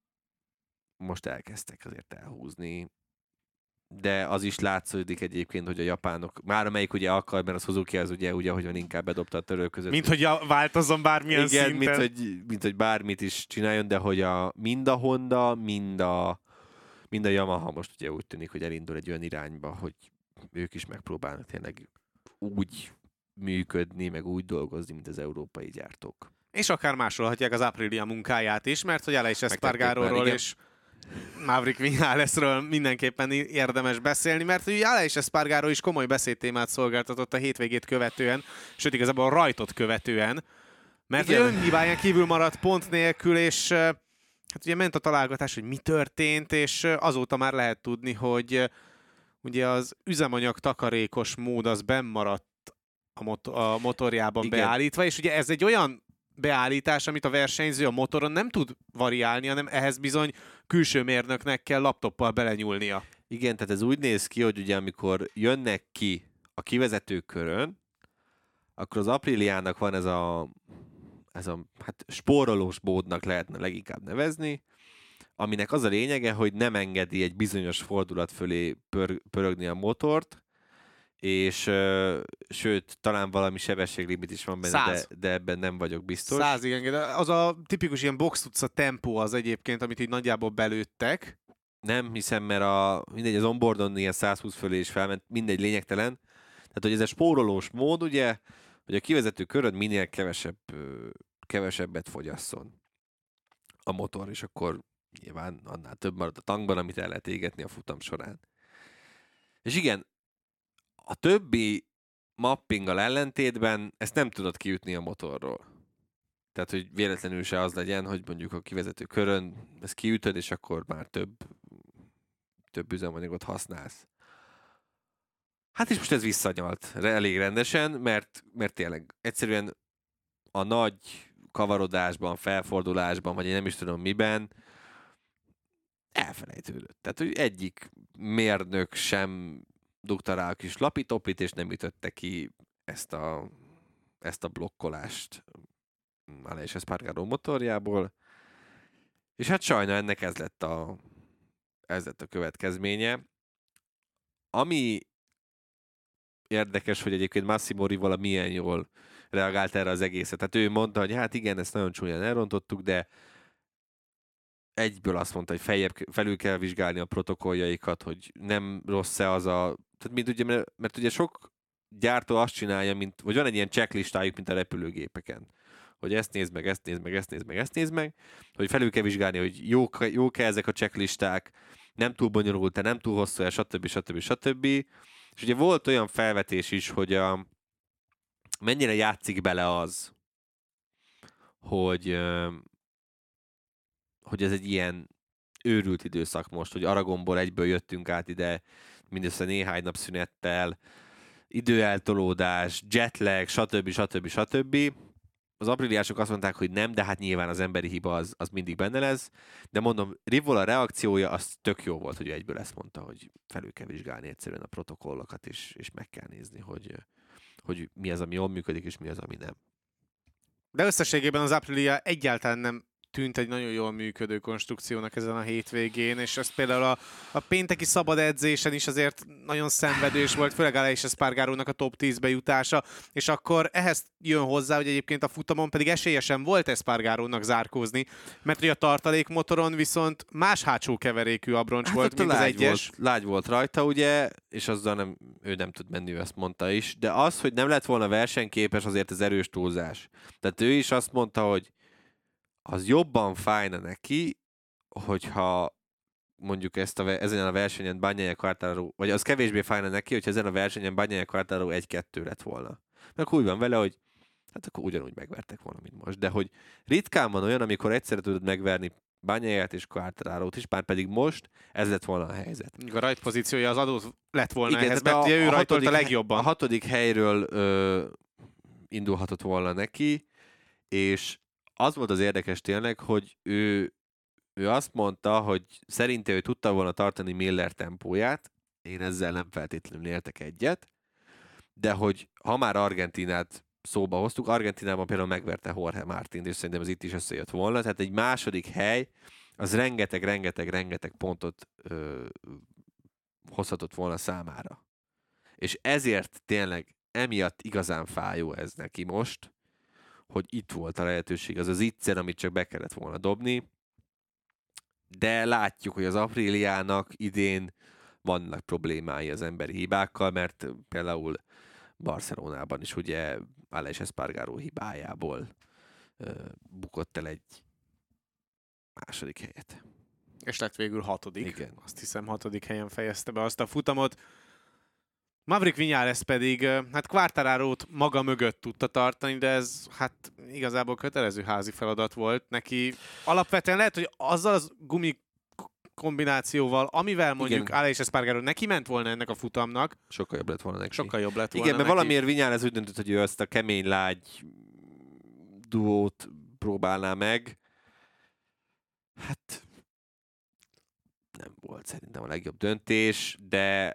elkezdtek azért elhúzni, de az is látszódik egyébként, hogy a japánok, már amelyik ugye akar, mert az Suzuki az ugye ahogyan inkább bedobta a török között. Mint hogy változzon bármilyen igen, szinten. Mint hogy bármit is csináljon, de hogy mind a Honda, mind a Yamaha most ugye úgy tűnik, hogy elindul egy olyan irányba, hogy ők is megpróbálnak tényleg úgy működni, meg úgy dolgozni, mint az európai gyártók. És akár másolhatják az Aprilia munkáját is, mert hogy Alex Espargaróról és Maverick Vinalesről mindenképpen érdemes beszélni, mert ugye Alex Espargaró is komoly beszédtémát szolgáltatott a hétvégét követően, sőt igazából a rajtot követően, mert önhibáján kívül maradt pont nélkül, és hát ugye ment a találgatás, hogy mi történt, és azóta már lehet tudni, hogy ugye az üzemanyag takarékos mód az bennmaradt a motorjában beállítva, és ugye ez egy olyan beállítás, amit a versenyző a motoron nem tud variálni, hanem ehhez bizony külső mérnöknek kell laptoppal belenyúlnia. Igen, tehát ez úgy néz ki, hogy ugye amikor jönnek ki a kivezetőkörön, akkor az Apriliának van ez a hát spórolós módnak lehetne leginkább nevezni, aminek az a lényege, hogy nem engedi egy bizonyos fordulat fölé pörögni a motort, és sőt, talán valami sebességlimit is van benne, 100. de ebben nem vagyok biztos. 100, igen, de az a tipikus ilyen box utca tempó az egyébként, amit így nagyjából belőttek. Nem hiszem, mert mindegy, az onboardon ilyen 120 fölé is felment, mindegy, lényegtelen. Tehát, hogy ez a spórolós mód, ugye, hogy a kivezető köröd minél kevesebbet fogyasszon a motor, és akkor nyilván annál több marad a tankban, amit el lehet égetni a futam során. És igen, a többi mappinggal ellentétben ezt nem tudod kiütni a motorról. Tehát, hogy véletlenül se az legyen, hogy mondjuk a kivezető körön ezt kiütöd, és akkor már több üzemanyagot használsz. Hát és most ez visszanyalt elég rendesen, mert tényleg egyszerűen a nagy kavarodásban, felfordulásban, vagy én nem is tudom miben, elfelejtődött. Tehát, hogy egyik mérnök sem dugta rá a kis lapitopit, és nem ütötte ki ezt a blokkolást Aleix Espargaró motorjából, és hát sajna ennek ez lett a következménye. Ami érdekes, hogy egyébként Massimo Rivola milyen jól reagált erre az egészet. Tehát ő mondta, hogy hát igen, ezt nagyon csúnyán elrontottuk, de egyből azt mondta, hogy felül kell vizsgálni a protokolljaikat, hogy nem rossz-e az a... Tehát mint ugye, mert ugye sok gyártó azt csinálja, vagy van egy ilyen checklistájuk, mint a repülőgépeken. Hogy ezt nézd meg, ezt nézd meg, ezt nézd meg, ezt nézd meg, hogy felül kell vizsgálni, hogy jók-e ezek a checklisták, nem túl bonyolult, nem túl hosszú, stb. És ugye volt olyan felvetés is, hogy mennyire játszik bele az, hogy ez egy ilyen őrült időszak most, hogy Aragonból egyből jöttünk át ide, mindössze néhány nap szünettel, időeltolódás, jetlag, stb. Az apríliások azt mondták, hogy nem, de hát nyilván az emberi hiba az mindig benne lesz. De mondom, Rivola reakciója az tök jó volt, hogy ő egyből ezt mondta, hogy felül kell vizsgálni egyszerűen a protokollokat, és meg kell nézni, hogy mi az, ami jól működik, és mi az, ami nem. De összességében az Aprilia egyáltalán nem tűnt egy nagyon jól működő konstrukciónak ezen a hétvégén, és ez például a pénteki szabad edzésen is azért nagyon szenvedős volt, főleg Aleix Espargarónak a top 10-be jutása, és akkor ehhez jön hozzá, hogy egyébként a futamon pedig esélyesen volt Espargarónak zárkózni, mert ugye a tartalékmotoron viszont más hátsó keverékű abroncs volt, mint az egyes. Lágy volt rajta, ugye, és azzal ő nem tud menni, ő ezt mondta is, de az, hogy nem lett volna versenyképes, azért ez erős túlzás. Tehát ő is azt mondta, hogy az jobban fájna neki, hogyha mondjuk ezen a versenyen Bagnaia Quartararo, vagy az kevésbé fájna neki, hogyha ezen a versenyen Bagnaia Quartararo 1-2 lett volna. Meg úgy van vele, hogy hát akkor ugyanúgy megvertek volna, mint most. De hogy ritkán van olyan, amikor egyszerre tudod megverni Bagnaiát és Quartararót is, már pedig most ez lett volna a helyzet. A rajtpozíciója az adott lett volna ehhez, mert ő rajtolt a legjobban. A 6. helyről indulhatott volna neki, és az volt az érdekes tényleg, hogy ő azt mondta, hogy szerinte ő tudta volna tartani Miller tempóját, én ezzel nem feltétlenül értek egyet, de hogy ha már Argentinát szóba hoztuk, Argentinában például megverte Jorge Martint, és szerintem ez itt is összejött volna, tehát egy második hely, az rengeteg pontot hozhatott volna számára. És ezért tényleg emiatt igazán fájó ez neki most, hogy itt volt a lehetőség, az ígyszer, amit csak be kellett volna dobni, de látjuk, hogy az Apriliának idén vannak problémái az emberi hibákkal, mert például Barcelonában is ugye Aleix Espargaró hibájából bukott el egy második helyet. És lett végül 6. Igen. Azt hiszem 6. helyen fejezte be azt a futamot. Maverick Viñales pedig hát Quartararót maga mögött tudta tartani, de ez hát igazából kötelező házi feladat volt neki. Alapvetően lehet, hogy azzal az gumi kombinációval, amivel mondjuk Aleix Espargaró neki ment volna ennek a futamnak. Sokkal jobb lett volna neki. Sokkal jobb lett volna igen, mert neki. valamiért Viñales úgy döntött, hogy ő ezt a kemény-lágy duót próbálná meg. Hát nem volt szerintem a legjobb döntés, de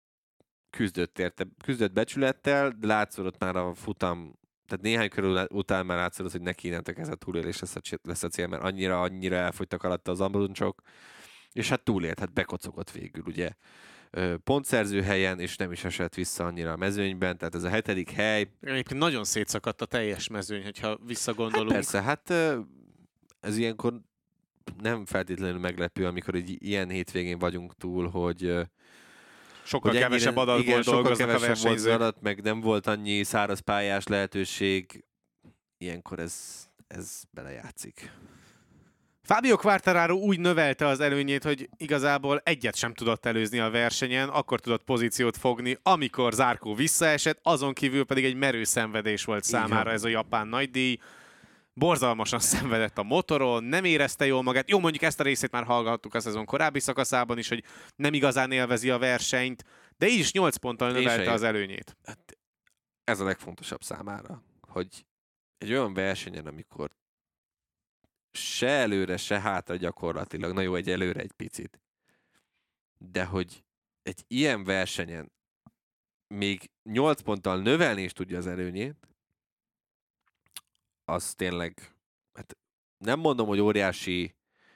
küzdött becsülettel, de látszott már a futam, tehát néhány körül után már látszott, hogy neki innentől kezdve túlélés lesz a cél, mert annyira elfogytak alatta az ambroncsok, és hát túlélt, hát bekocogott végül, ugye pontszerző helyen, és nem is esett vissza annyira a mezőnyben, tehát ez a 7. hely. Egyébként nagyon szétszakadt a teljes mezőny, hogyha visszagondolunk. Hát persze, hát ez ilyenkor nem feltétlenül meglepő, amikor egy ilyen hétvégén vagyunk túl, hogy sokkal kevesebb adatból dolgoznak a versenyzők. Adat, meg nem volt annyi száraz pályás lehetőség, ilyenkor ez belejátszik. Fabio Quartararo úgy növelte az előnyét, hogy igazából egyet sem tudott előzni a versenyen, akkor tudott pozíciót fogni, amikor Zarco visszaesett, azon kívül pedig egy merő szenvedés volt számára ez a japán nagydíj. Borzalmasan szenvedett a motoron, nem érezte jól magát. Jó, mondjuk ezt a részét már hallgattuk a szezon korábbi szakaszában is, hogy nem igazán élvezi a versenyt, de így is 8 ponttal növelte az előnyét. Hát ez a legfontosabb számára, hogy egy olyan versenyen, amikor se előre, se hátra gyakorlatilag, na jó, egy előre egy picit, de hogy egy ilyen versenyen még 8 ponttal növelni is tudja az előnyét, az tényleg, hát nem mondom, hogy óriási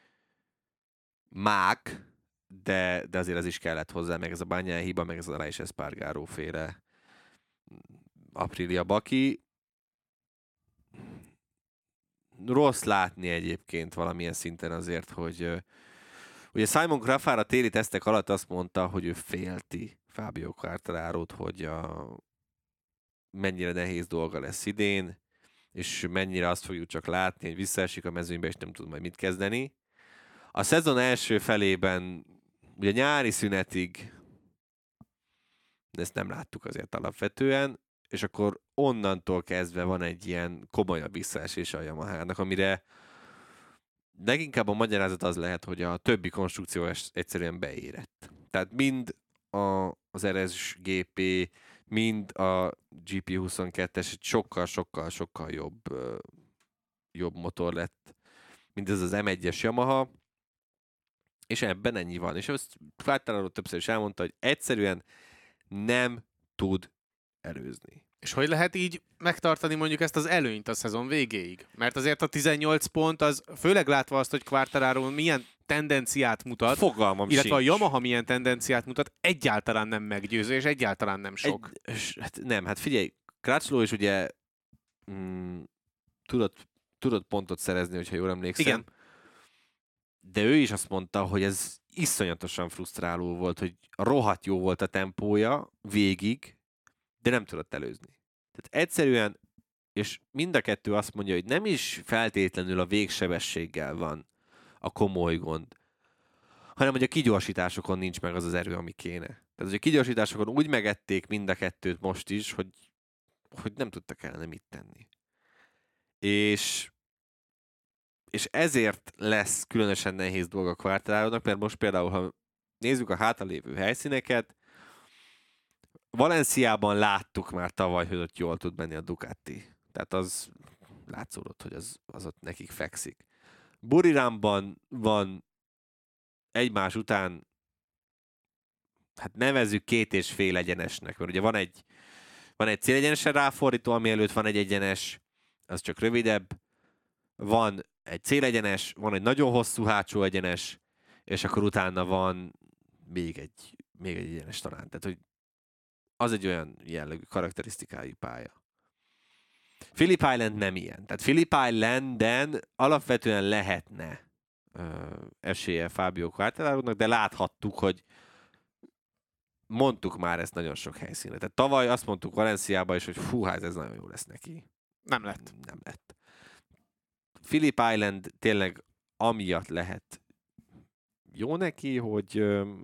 mák, de azért az is kellett hozzá, meg ez a Bagnaia hiba, meg ez a Aleix Espargaró féle Aprilia Baki. Rossz látni egyébként valamilyen szinten azért, hogy ugye Simon Grafár a téli tesztek alatt azt mondta, hogy ő félti Fabio Quartararót, hogy mennyire nehéz dolga lesz idén, és mennyire azt fogjuk csak látni, hogy visszaesik a mezőnybe, és nem tud majd mit kezdeni. A szezon első felében, ugye nyári szünetig, ezt nem láttuk azért alapvetően, és akkor onnantól kezdve van egy ilyen komolyabb visszaesés a Yamahának, amire leginkább a magyarázat az lehet, hogy a többi konstrukció egyszerűen beérett. Tehát mind az RSGP, mind a GP22-es egy sokkal jobb motor lett, mint ez az M1-es Yamaha, és ebben ennyi van. És ezt Quartararo többször is elmondta, hogy egyszerűen nem tud előzni. És hogy lehet így megtartani mondjuk ezt az előnyt a szezon végéig? Mert azért a 18 pont, az főleg látva azt, hogy Quartararo milyen tendenciát mutat, Fogalmam illetve sincs. a Yamaha milyen tendenciát mutat, egyáltalán nem meggyőző, és egyáltalán nem sok. Hát figyelj, Crutchlow is ugye tudott pontot szerezni, hogyha jól emlékszem. Igen. De ő is azt mondta, hogy ez iszonyatosan frusztráló volt, hogy rohadt jó volt a tempója végig, de nem tudott előzni. Tehát egyszerűen, és mind a kettő azt mondja, hogy nem is feltétlenül a végsebességgel van a komoly gond, hanem hogy a kigyorsításokon nincs meg az az erő, ami kéne. Tehát, hogy a kigyorsításokon úgy megették mind a kettőt most is, hogy nem tudtak el mit tenni. És ezért lesz különösen nehéz dolga a Quartararónak, mert most például, ha nézzük a hátralévő helyszíneket, Valenciában láttuk már tavaly, hogy ott jól tud menni a Ducati. Tehát az látszódott, hogy az ott nekik fekszik. Buriramban van egymás után, hát nevezzük 2,5 egyenesnek, mert ugye van egy célegyenesen ráfordító, ami előtt van egy egyenes, az csak rövidebb, van egy célegyenes, van egy nagyon hosszú hátsó egyenes, és akkor utána van még egy egyenes talán. Tehát, hogy az egy olyan jellegű karakterisztikájú pálya. Phillip Island nem ilyen. Tehát Phillip Islanden alapvetően lehetne esélye Fabio Quartararónak, de láthattuk, hogy mondtuk már ezt nagyon sok helyszínen. Tehát tavaly azt mondtuk Valenciában is, hogy fú, hát ez nagyon jó lesz neki. Nem lett. Phillip Island tényleg amiatt lehet jó neki, hogy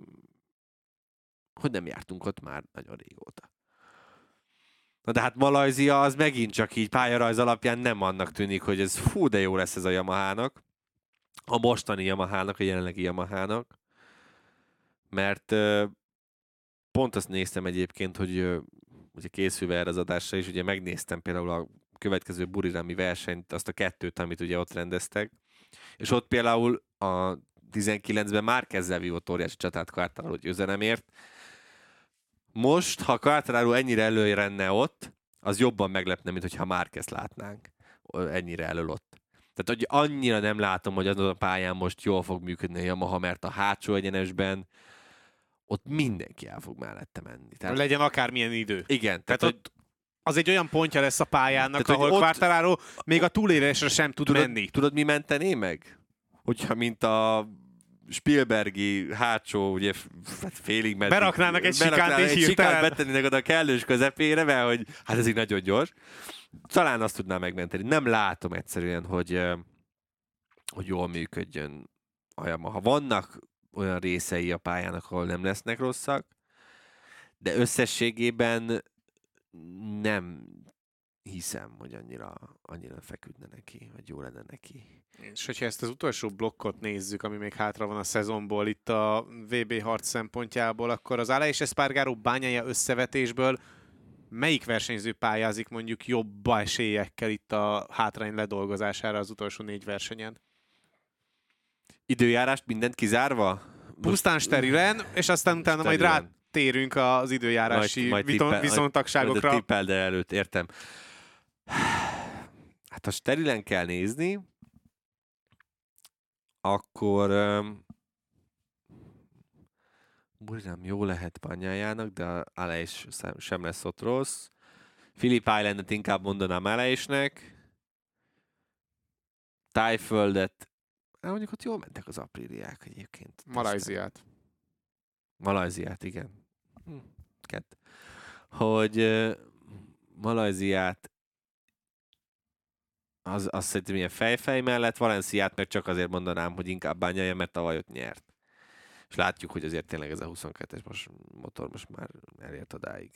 nem jártunk ott már nagyon régóta. Na de hát Malajzia az megint csak így pályarajz alapján nem annak tűnik, hogy ez fú, de jó lesz ez a Yamahának. A mostani Yamahának, a jelenlegi Yamahának. Mert pont azt néztem egyébként, hogy ugye készülve erre az adásra is, ugye megnéztem például a következő burirami versenyt, azt a 2, amit ugye ott rendeztek. És ott például a 19-ben már ezzel vívott óriási csatát Quartararo győzelemért. Most, ha Quartararo ennyire előre lenne ott, az jobban meglepne, mint hogyha Márquezt látnánk ennyire elől ott. Tehát, hogy annyira nem látom, hogy azon a pályán most jól fog működni a Yamaha, mert a hátsó egyenesben ott mindenki el fog mellette menni. Tehát, legyen akármilyen idő. Igen. Tehát ott az egy olyan pontja lesz a pályának, tehát, ahol Quartararo még a túlélésre sem tud menni. Tudod, mi mentené meg? Hogyha mint a Spielbergi hátsó, ugye félig meddig... Beraknának egy sikát és hirtelen. Sikát betennének oda a kellős közepére, mert hogy hát ez így nagyon gyors. Talán azt tudná megmenteni. Nem látom egyszerűen, hogy jól működjön a Yamaha. Vannak olyan részei a pályának, ahol nem lesznek rosszak, de összességében nem hiszem, hogy annyira feküdne neki, vagy jó lenne neki. És hogyha ezt az utolsó blokkot nézzük, ami még hátra van a szezonból, itt a VB harc szempontjából, akkor az Aleix Espargaró Bagnaia összevetésből melyik versenyző pályázik mondjuk jobb esélyekkel itt a hátrány ledolgozására az utolsó 4 versenyen? Időjárást mindent kizárva? Pusztán sterilen, és aztán utána majd rátérünk az időjárási viszontagságokra. Majd a tippeld előtt, értem. Hát ha sterilen kell nézni, akkor nem jó lehet Bagnajának, de Aleix sem lesz ott rossz. Phillip Islandet inkább mondanám Aleixnek. Tájföldet, mondjuk ott jól mentek az apríliák egyébként. Malajziát, igen. Hogy Malajziát az szerintem ilyen fejfej mellett, Valenciát meg csak azért mondanám, hogy inkább Bagnaia, mert tavaly ott nyert. És látjuk, hogy azért tényleg ez a 22-es motor most már elért odáig.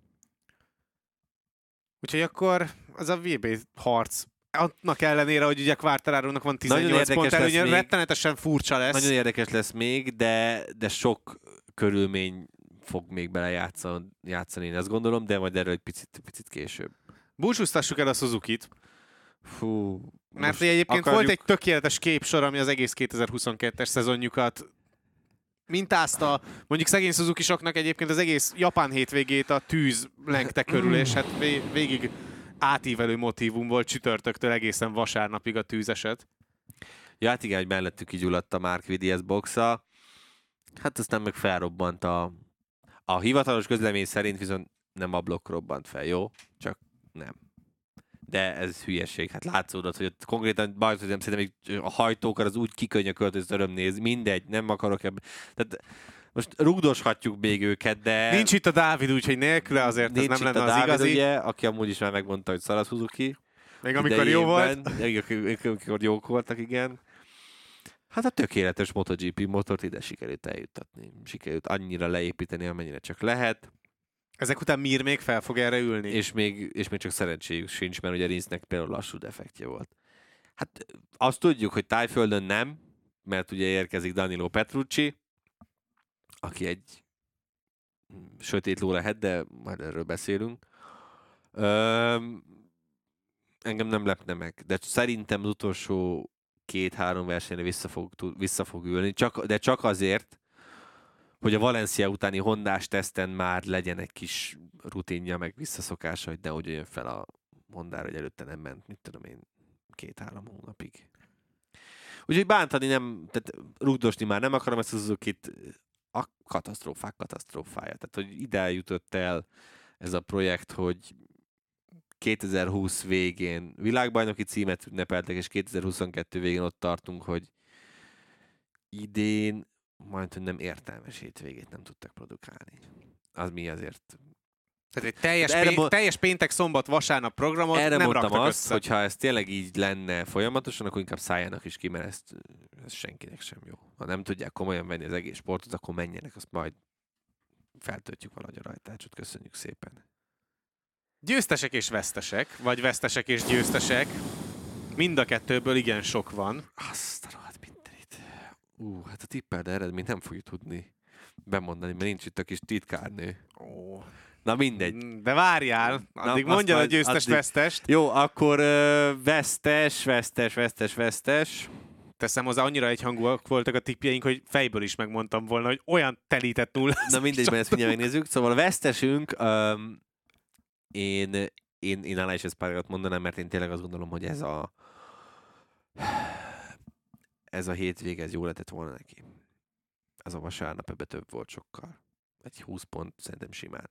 Úgyhogy akkor az a VB harc, annak ellenére, hogy ugye Quartararónak van 18 pont előnye, rettenetesen furcsa lesz. Nagyon érdekes lesz még, de sok körülmény fog még belejátszani, én azt gondolom, de majd erről egy picit később. Búcsúztassuk el a Suzukit. Fú, mert egyébként volt egy tökéletes képsor, ami az egész 2022-es szezonjukat mintázta. Mondjuk szegény Suzukisoknak egyébként az egész japán hétvégét a tűz lengte körül, és hát végig átívelő motívum volt csütörtöktől egészen vasárnapig a tűzeset. Ja, hát igen, hogy mellettük kigyulladt a Mark Vidiez boxa. Hát aztán meg felrobbant a hivatalos közlemény szerint viszont nem a blokk robbant fel, jó? Csak nem. De ez hülyeség. Hát látszódott, hogy ott konkrétan szerintem a hajtókar az úgy kikönyökölt, hogy ezt öröm nézni. Mindegy, nem akarok ebben. Tehát most rugdoshatjuk még őket, de... Nincs itt a Dávid, úgyhogy nélküle azért ez nem lenne az Dávid, igazi. Ugye, aki amúgy is már megmondta, hogy szar a Suzuki. Még amikor jó volt. Amikor jók voltak, igen. Hát a tökéletes MotoGP motort ide sikerült eljuttatni. Sikerült annyira leépíteni, amennyire csak lehet. Ezek után Mir még fel fog erre ülni. És még csak szerencséjük sincs, mert ugye Rinsznek például lassú defektje volt. Hát azt tudjuk, hogy Tájföldön nem, mert ugye érkezik Danilo Petrucci, aki egy sötét ló lehet, de majd erről beszélünk. Engem nem lepne meg, de szerintem az utolsó 2-3 versenyre vissza fog ülni, de csak azért, hogy a Valencia utáni hondás teszten már legyen egy kis rutinja, meg visszaszokása, hogy nehogy jön fel a Hondára, hogy előtte nem ment, mit tudom én, 2-3 hónapig. Úgyhogy bántani nem, tehát rugdosni már nem akarom ezt a Suzukit, a katasztrófája. Tehát, hogy ide jutott el ez a projekt, hogy 2020 végén világbajnoki címet ünnepeltek, és 2022 végén ott tartunk, hogy idén majd, hogy nem értelmes hétvégét nem tudtak produkálni. Az mi azért... Tehát egy teljes péntek, szombat, vasárnap programot erre nem mondtam raktak azt, össze. hogyha ez tényleg így lenne folyamatosan, akkor inkább szálljanak is ki, mert ez senkinek sem jó. Ha nem tudják komolyan venni az egész sportot, akkor menjenek, azt majd feltöltjük valahogy a rajtácsot. Köszönjük szépen. Győztesek és vesztesek, vagy vesztesek és győztesek. Mind a kettőből igen sok van. Azt a rohadt mindenit. Hát a tippeld eredményt nem fogjuk tudni bemondani, mert nincs itt a kis titkárnő. Na mindegy. De várjál, addig mondjad a győztes-vesztest. Jó, akkor vesztes. Teszem hozzá, annyira egyhangúak voltak a tippjeink, hogy fejből is megmondtam volna, hogy olyan telített nulla. Na mindegy, mert ezt mindjárt megnézzük. Szóval a vesztesünk, én Aleix Espargarót mondanám, mert én tényleg azt gondolom, hogy ez a hétvége, ez jó lehetett volna neki. Ez a vasárnap ebbe több volt sokkal. Egy 20 pont szerintem simán.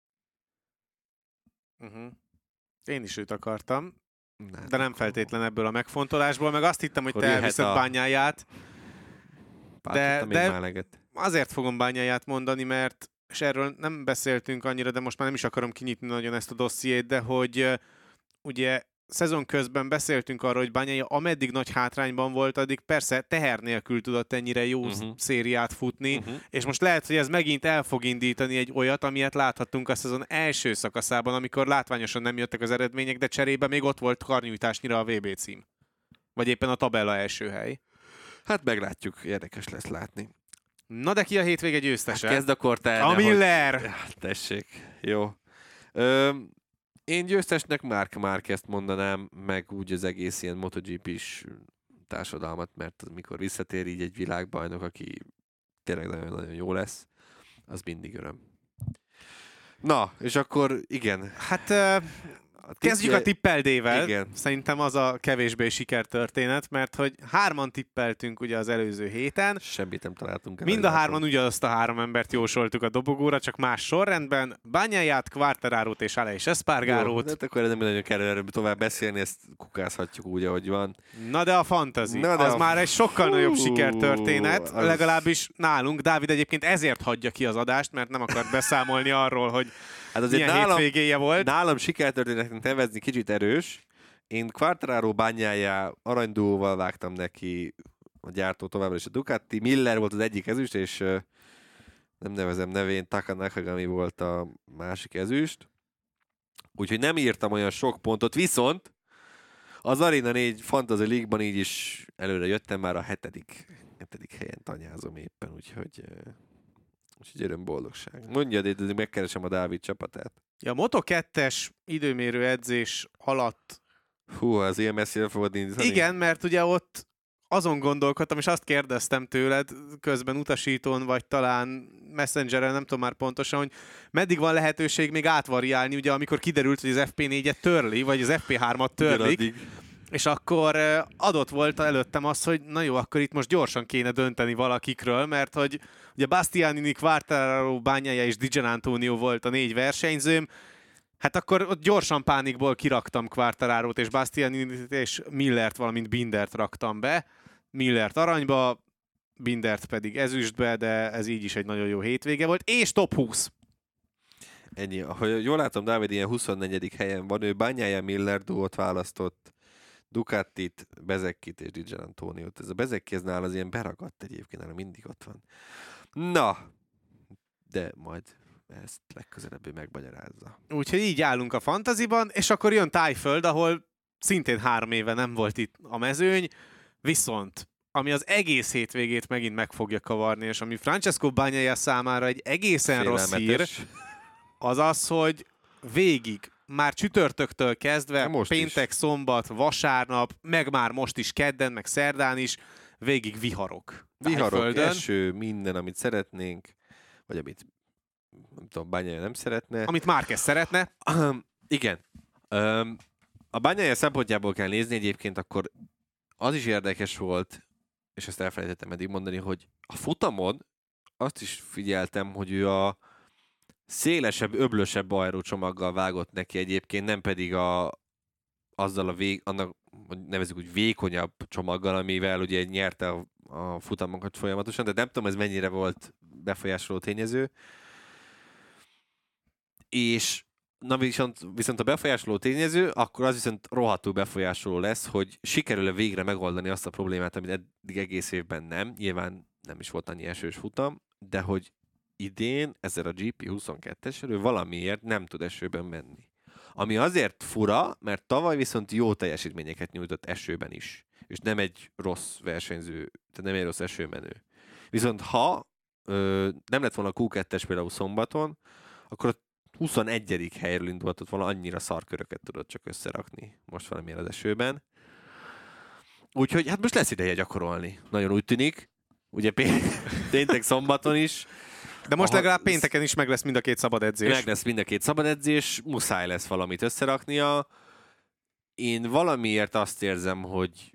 Én is őt akartam, de nem feltétlen ebből a megfontolásból, meg azt hittem, hogy te elviszed Bagnaiját. De azért fogom Bagnaiját mondani, mert, és erről nem beszéltünk annyira, de most már nem is akarom kinyitni nagyon ezt a dossziét, de hogy ugye szezon közben beszéltünk arról, hogy Bagnaia ameddig nagy hátrányban volt, addig persze teher nélkül tudott ennyire jó szériát futni, és most lehet, hogy ez megint el fog indítani egy olyat, amilyet láthattunk a szezon első szakaszában, amikor látványosan nem jöttek az eredmények, de cserébe még ott volt karnyújtásnyira a VB cím. Vagy éppen a tabella első hely. Hát meglátjuk, érdekes lesz látni. Na de ki a hétvége győztese? Hát kezd akkor te. A Miller! Tessék, jó. Én győztesnek Marc Márquezt mondanám, meg úgy az egész ilyen MotoGP-s társadalmat, mert amikor visszatér így egy világbajnok, aki tényleg nagyon-nagyon jó lesz, az mindig öröm. Na, és akkor igen. Hát Kezdjük a tippeldével. Igen. Szerintem az a kevésbé sikertörténet, mert hogy 3 tippeltünk ugye az előző héten. Semmit nem találtunk el. Mind a 3 ugyanazt a 3 embert jósoltuk a dobogóra, csak más sorrendben. Bagnáiát, Quartararót és Aleix Espargarót. Hát akkor nem nagyon kell erről tovább beszélni, ezt kukázhatjuk úgy, ahogy van. Na de a fantasy, az már egy sokkal nagyobb sikertörténet, legalábbis nálunk. Dávid egyébként ezért hagyja ki az adást, mert nem akart beszámolni arról, hogy milyen hétvégéje volt. Nálam sikertörténetnek nevezni kicsit erős. Én Quartararo Bagnaia aranyduóval vágtam neki a gyártó továbbra is a Ducati. Miller volt az egyik ezüst, és nem nevezem nevén, Taka Nakagami volt a másik ezüst. Úgyhogy nem írtam olyan sok pontot, viszont az Arena 4 Fantasy League-ban így is előre jöttem, már a hetedik helyen tanyázom éppen, úgyhogy öröm-boldogság. Mondjad, én megkeresem a Dávid csapatát. Ja, a Moto2-es időmérő edzés alatt... Hú, az ilyen messzire fogod indítani? Igen, mert ugye ott azon gondolkodtam, és azt kérdeztem tőled közben utasítón, vagy talán Messengeren, nem tudom már pontosan, hogy meddig van lehetőség még átvariálni, ugye amikor kiderült, hogy az FP4-et törli, vagy az FP3-at törlik. És akkor adott volt előttem az, hogy na jó, akkor itt most gyorsan kéne dönteni valakikről, mert hogy ugye Bastianini, Quartararo, Bagnaia és Di Giannantonio volt a 4 versenyzőm, hát akkor ott gyorsan pánikból kiraktam Quartararót és Bastianinit és Millert, valamint Bindert raktam be. Millert aranyba, Bindert pedig ezüstbe, de ez így is egy nagyon jó hétvége volt, és top 20. Ennyi. Ahogy jól látom, Dávid ilyen 24. helyen van, ő Bagnaia Miller duót választott, Ducatit, Bezekkit és Di Giannantóniót. Ez a Bezekki, ez nála az ilyen beragadt egyébként, nála mindig ott van. Na, de majd ezt legközelebb megmagyarázza. Úgyhogy így állunk a fantaziban, és akkor jön Tájföld, ahol szintén 3 éve nem volt itt a mezőny, viszont ami az egész hétvégét megint meg fogja kavarni, és ami Francesco Bagnaia számára egy egészen rossz hír, az az, hogy végig, már csütörtöktől kezdve, péntek, szombat, vasárnap, meg már most is kedden, meg szerdán is, végig viharok. Viharok, eső, minden, amit szeretnénk, vagy amit nem tudom, Bagnaia nem szeretne. Amit Márquez szeretne. Igen. A Bagnaia szempontjából kell nézni egyébként, akkor az is érdekes volt, és ezt elfelejtettem eddig mondani, hogy a futamon azt is figyeltem, hogy ő a szélesebb, öblösebb aerócsomaggal vágott neki egyébként, nem pedig azzal annak nevezzük úgy vékonyabb csomaggal, amivel ugye nyerte a futamokat folyamatosan, de nem tudom, ez mennyire volt befolyásoló tényező. És na viszont a befolyásoló tényező, akkor az viszont rohadtul befolyásoló lesz, hogy sikerül-e végre megoldani azt a problémát, amit eddig egész évben nem. Nyilván nem is volt annyi esős futam, de hogy idén ezzel a GP22-esről valamiért nem tud esőben menni. Ami azért fura, mert tavaly viszont jó teljesítményeket nyújtott esőben is. És nem egy rossz versenyző, tehát nem egy rossz esőmenő. Viszont ha nem lett volna a Q2-es például szombaton, akkor a 21. helyről indulhatott volna, annyira szarköröket tudott csak összerakni most valamiért az esőben. Úgyhogy hát most lesz ideje gyakorolni. Nagyon úgy tűnik. Ugye péntek szombaton is. De most legalább pénteken is meg lesz mind a 2 szabad edzés. Meg lesz mind a 2 szabad edzés, muszáj lesz valamit összeraknia. Én valamiért azt érzem, hogy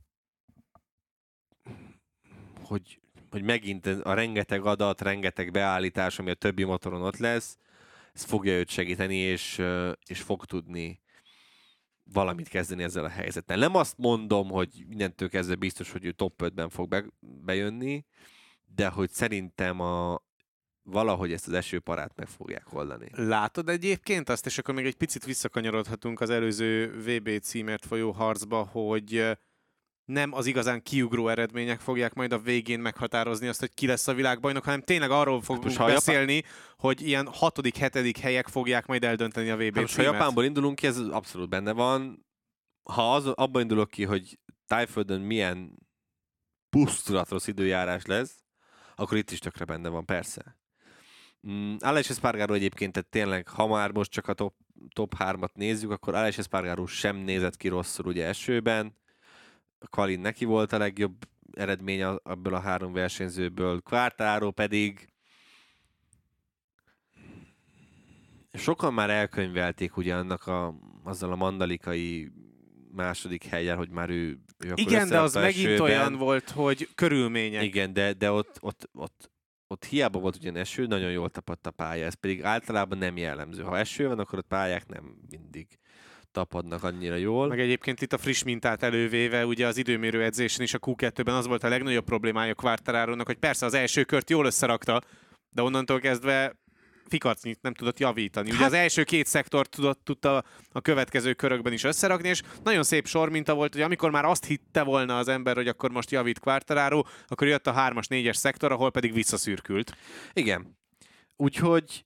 megint a rengeteg adat, rengeteg beállítás, ami a többi motoron ott lesz, ez fogja őt segíteni, és fog tudni valamit kezdeni ezzel a helyzettel. Nem azt mondom, hogy mindentől kezdve biztos, hogy ő top 5-ben fog bejönni, de hogy szerintem valahogy ezt az esőparát meg fogják oldani. Látod egyébként azt, és akkor még egy picit visszakanyarodhatunk az előző VB címért folyó harcba, hogy nem az igazán kiugró eredmények fogják majd a végén meghatározni azt, hogy ki lesz a világbajnok, hanem tényleg arról fogunk beszélni, hogy ilyen 6.-7. helyek fogják majd eldönteni a VB címet. Ha Japánból indulunk ki, ez abszolút benne van. Ha abban indulok ki, hogy Tájföldön milyen pusztulatos időjárás lesz, akkor itt is tökre benne van, persze. Aleix Espargaró egyébként, tehát tényleg, ha már most csak a top 3-at nézzük, akkor Aleix Espargaró sem nézett ki rosszul ugye esőben. A Qualin neki volt a legjobb eredmény ebből a 3 versenyzőből. Quartararo pedig sokan már elkönyvelték ugye annak a azzal a mandalikai második helyen, hogy már ő akkor igen, de az megint esőben. olyan volt, hogy körülmények. Igen, de ott hiába volt ugyan eső, nagyon jól tapadt a pálya, ez pedig általában nem jellemző. Ha eső van, akkor ott pályák nem mindig tapadnak annyira jól. Meg egyébként itt a friss mintát elővéve, ugye az időmérő edzésen is a Q2-ben az volt a legnagyobb problémája Quartararónak, hogy persze az első kört jól összerakta, de onnantól kezdve fikacnyit nem tudott javítani. Ugye az első két szektort tudta a következő körökben is összerakni, és nagyon szép sorminta volt, hogy amikor már azt hitte volna az ember, hogy akkor most javít Quartararo, akkor jött a 3-as, 4-es szektor, ahol pedig visszaszürkült. Igen. Úgyhogy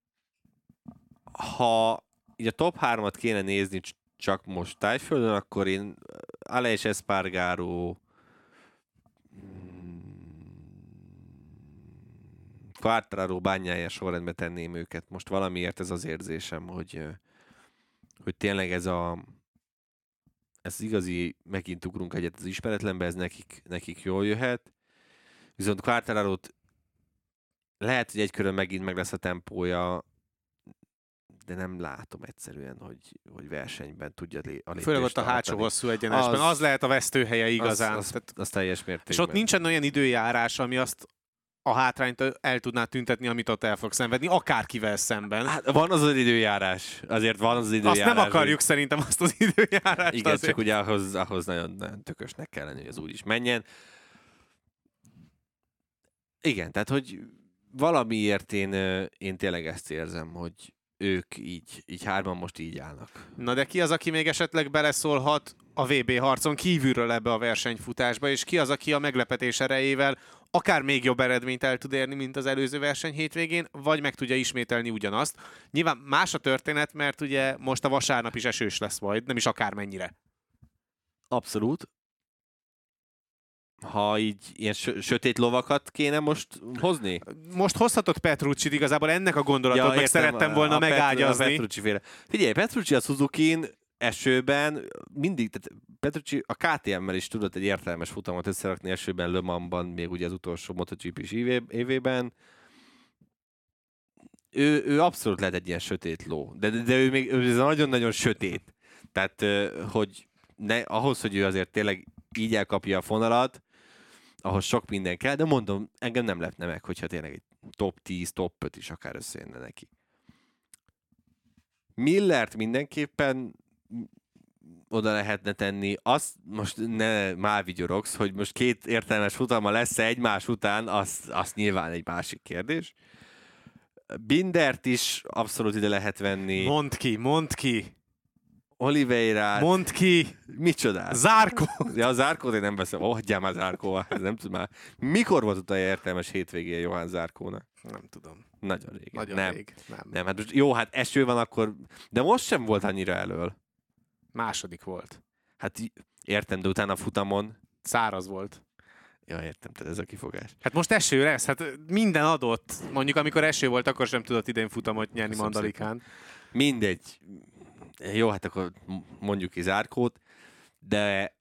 ha így a top 3-at kéne nézni csak most Tájföldön, akkor én Aleix Espargaró, Quartararo, Bagnaia sorrendbe tenném őket. Most valamiért ez az érzésem, hogy tényleg ez igazi, megint ugrunk egyet az ismeretlenbe, ez nekik jól jöhet. Viszont Quartararót lehet, hogy egy körön megint meg lesz a tempója, de nem látom egyszerűen, hogy versenyben tudja a lépést. Főleg ott a hátsó hosszú egyenesben. Az lehet a vesztőhelye igazán. Az teljes mértékben. És ott nincsen olyan időjárás, ami azt a hátrányt el tudná tüntetni, amit ott el fog szenvedni, akárkivel szemben. Hát van az időjárás. Azért van az időjárás. Azt nem akarjuk hogy... szerintem azt az időjárást. Igen, azért. csak ugye ahhoz nagyon, nagyon tökösnek kell lenni, hogy az úgy is menjen. Igen, tehát hogy valamiért én tényleg ezt érzem, hogy ők így hárman most így állnak. Na de ki az, aki még esetleg beleszólhat a VB harcon kívülről ebbe a versenyfutásba, és ki az, aki a meglepetés erejével akár még jobb eredményt el tud érni, mint az előző verseny hétvégén, vagy meg tudja ismételni ugyanazt. Nyilván más a történet, mert ugye most a vasárnap is esős lesz majd, nem is akármennyire. Abszolút. Ha így ilyen sötét lovakat kéne most hozni? Most hozhatott Petrucci-t, igazából ennek a gondolatot meg szerettem volna megágyazni. A Petrucci-féle. Figyelj, Petrucci a Suzukin esőben mindig, tehát Petrucci a KTM-mel is tudott egy értelmes futamot összerakni esőben, Le Mansban, még ugye az utolsó MotoGP-s évében. Ő abszolút lehet egy ilyen sötét ló, de ő még ő nagyon-nagyon sötét. Tehát, hogy ahhoz, hogy ő azért tényleg így elkapja a fonalat, ahhoz sok minden kell, de mondom, engem nem lepne meg, hogyha tényleg egy top 10, top 5 is akár összejönne neki. Millert mindenképpen oda lehetne tenni. Azt most ne már vigyorogsz, hogy most két értelmes futalma lesz-e egymás után, az nyilván egy másik kérdés. Bindert is abszolút ide lehet venni. Mondd ki! Oliveirát. Mondd ki! Micsodát? Zárkó! Ja, a Zárkót én nem veszem. Hagyjál már Zárkóval. Nem tudom már. Mikor volt utoljára értelmes hétvégén Johann Zárkónak? Nem tudom. Nagyon régen. Nagyon rég. Nem, hát jó, hát eső van akkor, de most sem volt annyira elől. Második volt. Hát értem, de utána a futamon. Száraz volt. Ja, értem, tehát ez a kifogás. Hát most eső lesz, hát minden adott. Mondjuk amikor eső volt, akkor sem tudott idén futamot nyerni Mandalikán. Mindegy. Jó, hát akkor mondjuk ki Zárkót, de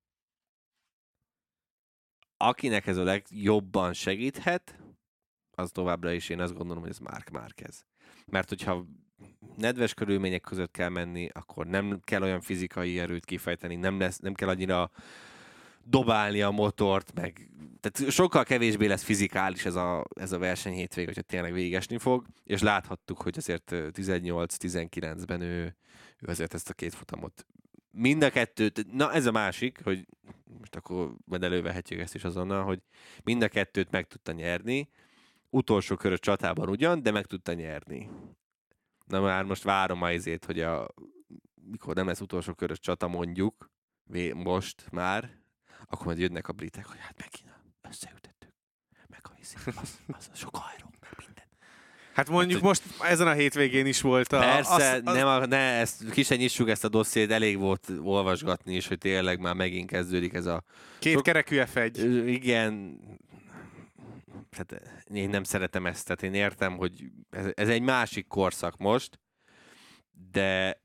akinek ez a legjobban segíthet, az továbbra is én azt gondolom, hogy ez Marc Márquez. Mert hogyha nedves körülmények között kell menni, akkor nem kell olyan fizikai erőt kifejteni, nem kell annyira dobálni a motort, tehát sokkal kevésbé lesz fizikális ez a verseny hétvég, hogyha tényleg végesni fog, és láthattuk, hogy azért 18-19-ben ő azért ezt a két futamot mind a kettőt, na ez a másik, hogy most akkor majd elővehetjük ezt is azonnal, hogy mind a kettőt meg tudta nyerni, utolsó körös csatában ugyan, de meg tudta nyerni. Na már most várom azért, hogy mikor nem lesz utolsó körös csata mondjuk, most már, akkor majd jönnek a britek, hogy hát megint összeütettük, meg a az sok hajró, meg minden. Hát mondjuk most ezen a hétvégén is volt persze, ezt ki se nyissuk ezt a dossziét, elég volt olvasgatni is, hogy tényleg már megint kezdődik ez a... Két kerekű F1. Igen, hát én nem szeretem ezt, tehát én értem, hogy ez egy másik korszak most, de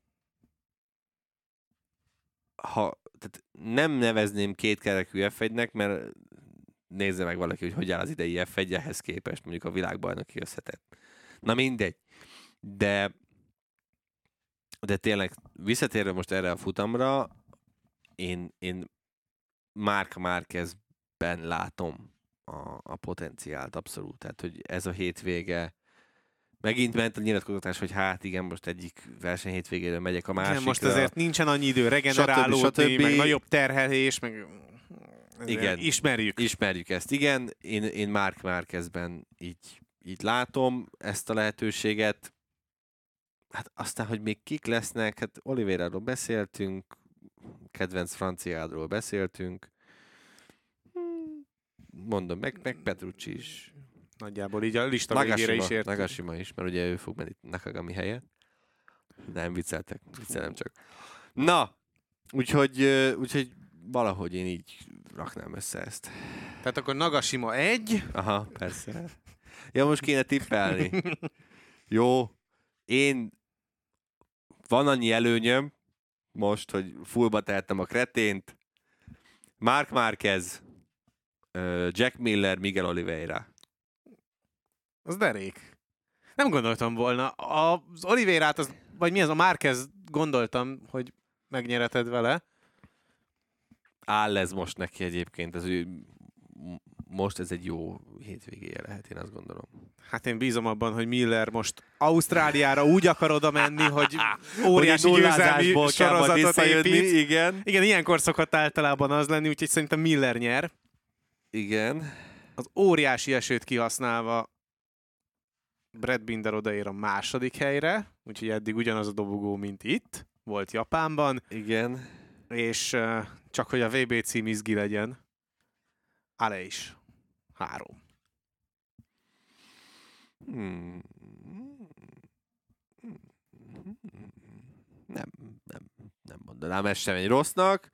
tehát nem nevezném kétkerekű F1-nek, mert nézze meg valaki, hogy áll az idei F1 ehhez képest, mondjuk a világbajnoki összetett. Na mindegy. De De tényleg, visszatérve most erre a futamra, én Marc Márquezben látom a potenciált abszolút. Tehát, hogy ez a hétvége megint ment a nyilatkozatás, hogy hát igen, most egyik verseny hétvégéről megyek a másikra. Igen, most azért nincsen annyi idő regenerálódni, meg nagyobb terhelés, meg igen, ismerjük ezt. Igen, én Marc Márquezben így látom ezt a lehetőséget. Hát aztán, hogy még kik lesznek, hát Oliveira-ról beszéltünk, kedvenc franciádról beszéltünk, mondom, meg Petrucci is. Nagyjából így a lista végére is értünk. Nagashima is, mert ugye ő fog menni Nakagami helyet. Nem viccelem csak. Na, úgyhogy valahogy én így raknám össze ezt. Tehát akkor Nagashima 1. Aha, persze. Ja, most kéne tippelni. Jó, van annyi előnyöm most, hogy fullba tehettem a kretént. Marc Márquez, Jack Miller, Miguel Oliveira. Az derék. Nem gondoltam volna. Az Oliveirát, vagy mi az a Márquez, gondoltam, hogy megnyereted vele. Áll ez most neki egyébként. Most ez egy jó hétvégéje lehet, én azt gondolom. Hát én bízom abban, hogy Miller most Ausztráliára úgy akar oda menni, hogy óriási győzelmi sorozatot épít. Igen, ilyenkor szokott általában az lenni, úgyhogy szerintem Miller nyer. Igen. Az óriási esőt kihasználva Brad Binder odaér a második helyre, úgyhogy eddig ugyanaz a dobogó, mint itt. Volt Japánban. Igen. És csak hogy a VB cím izgi legyen, Aleix 3. Nem mondanám ezt sem egy rossznak.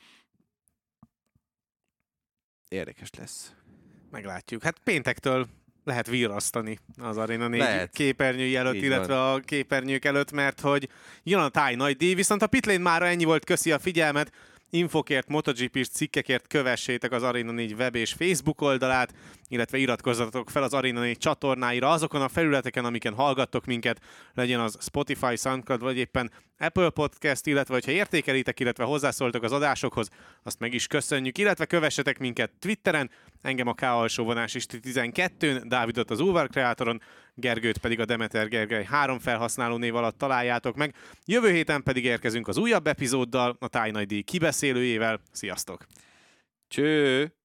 Érdekes lesz. Meglátjuk. Hát péntektől lehet virrasztani az Arena 4 lehet. Képernyői előtt, így illetve van. A képernyők előtt, mert hogy jön a táj nagy díj, viszont a pitlane mára ennyi volt, köszi a figyelmet. Infokért, MotoGP-s cikkekért kövessétek az Arena 4 web és Facebook oldalát, illetve iratkozzatok fel az Arena 4 csatornáira azokon a felületeken, amiken hallgattok minket, legyen az Spotify, SoundCloud, vagy éppen Apple Podcast, illetve hogyha értékelitek, illetve hozzászóltok az adásokhoz, azt meg is köszönjük, illetve kövessetek minket Twitteren, engem a K_Isti12-n, Dávidot az Uvar Kreátoron, Gergőt pedig a Demeter Gergely 3 felhasználó név alatt találjátok meg. Jövő héten pedig érkezünk az újabb epizóddal, a Táj Nagy Díj kibeszélőjével. Sziasztok! Cső!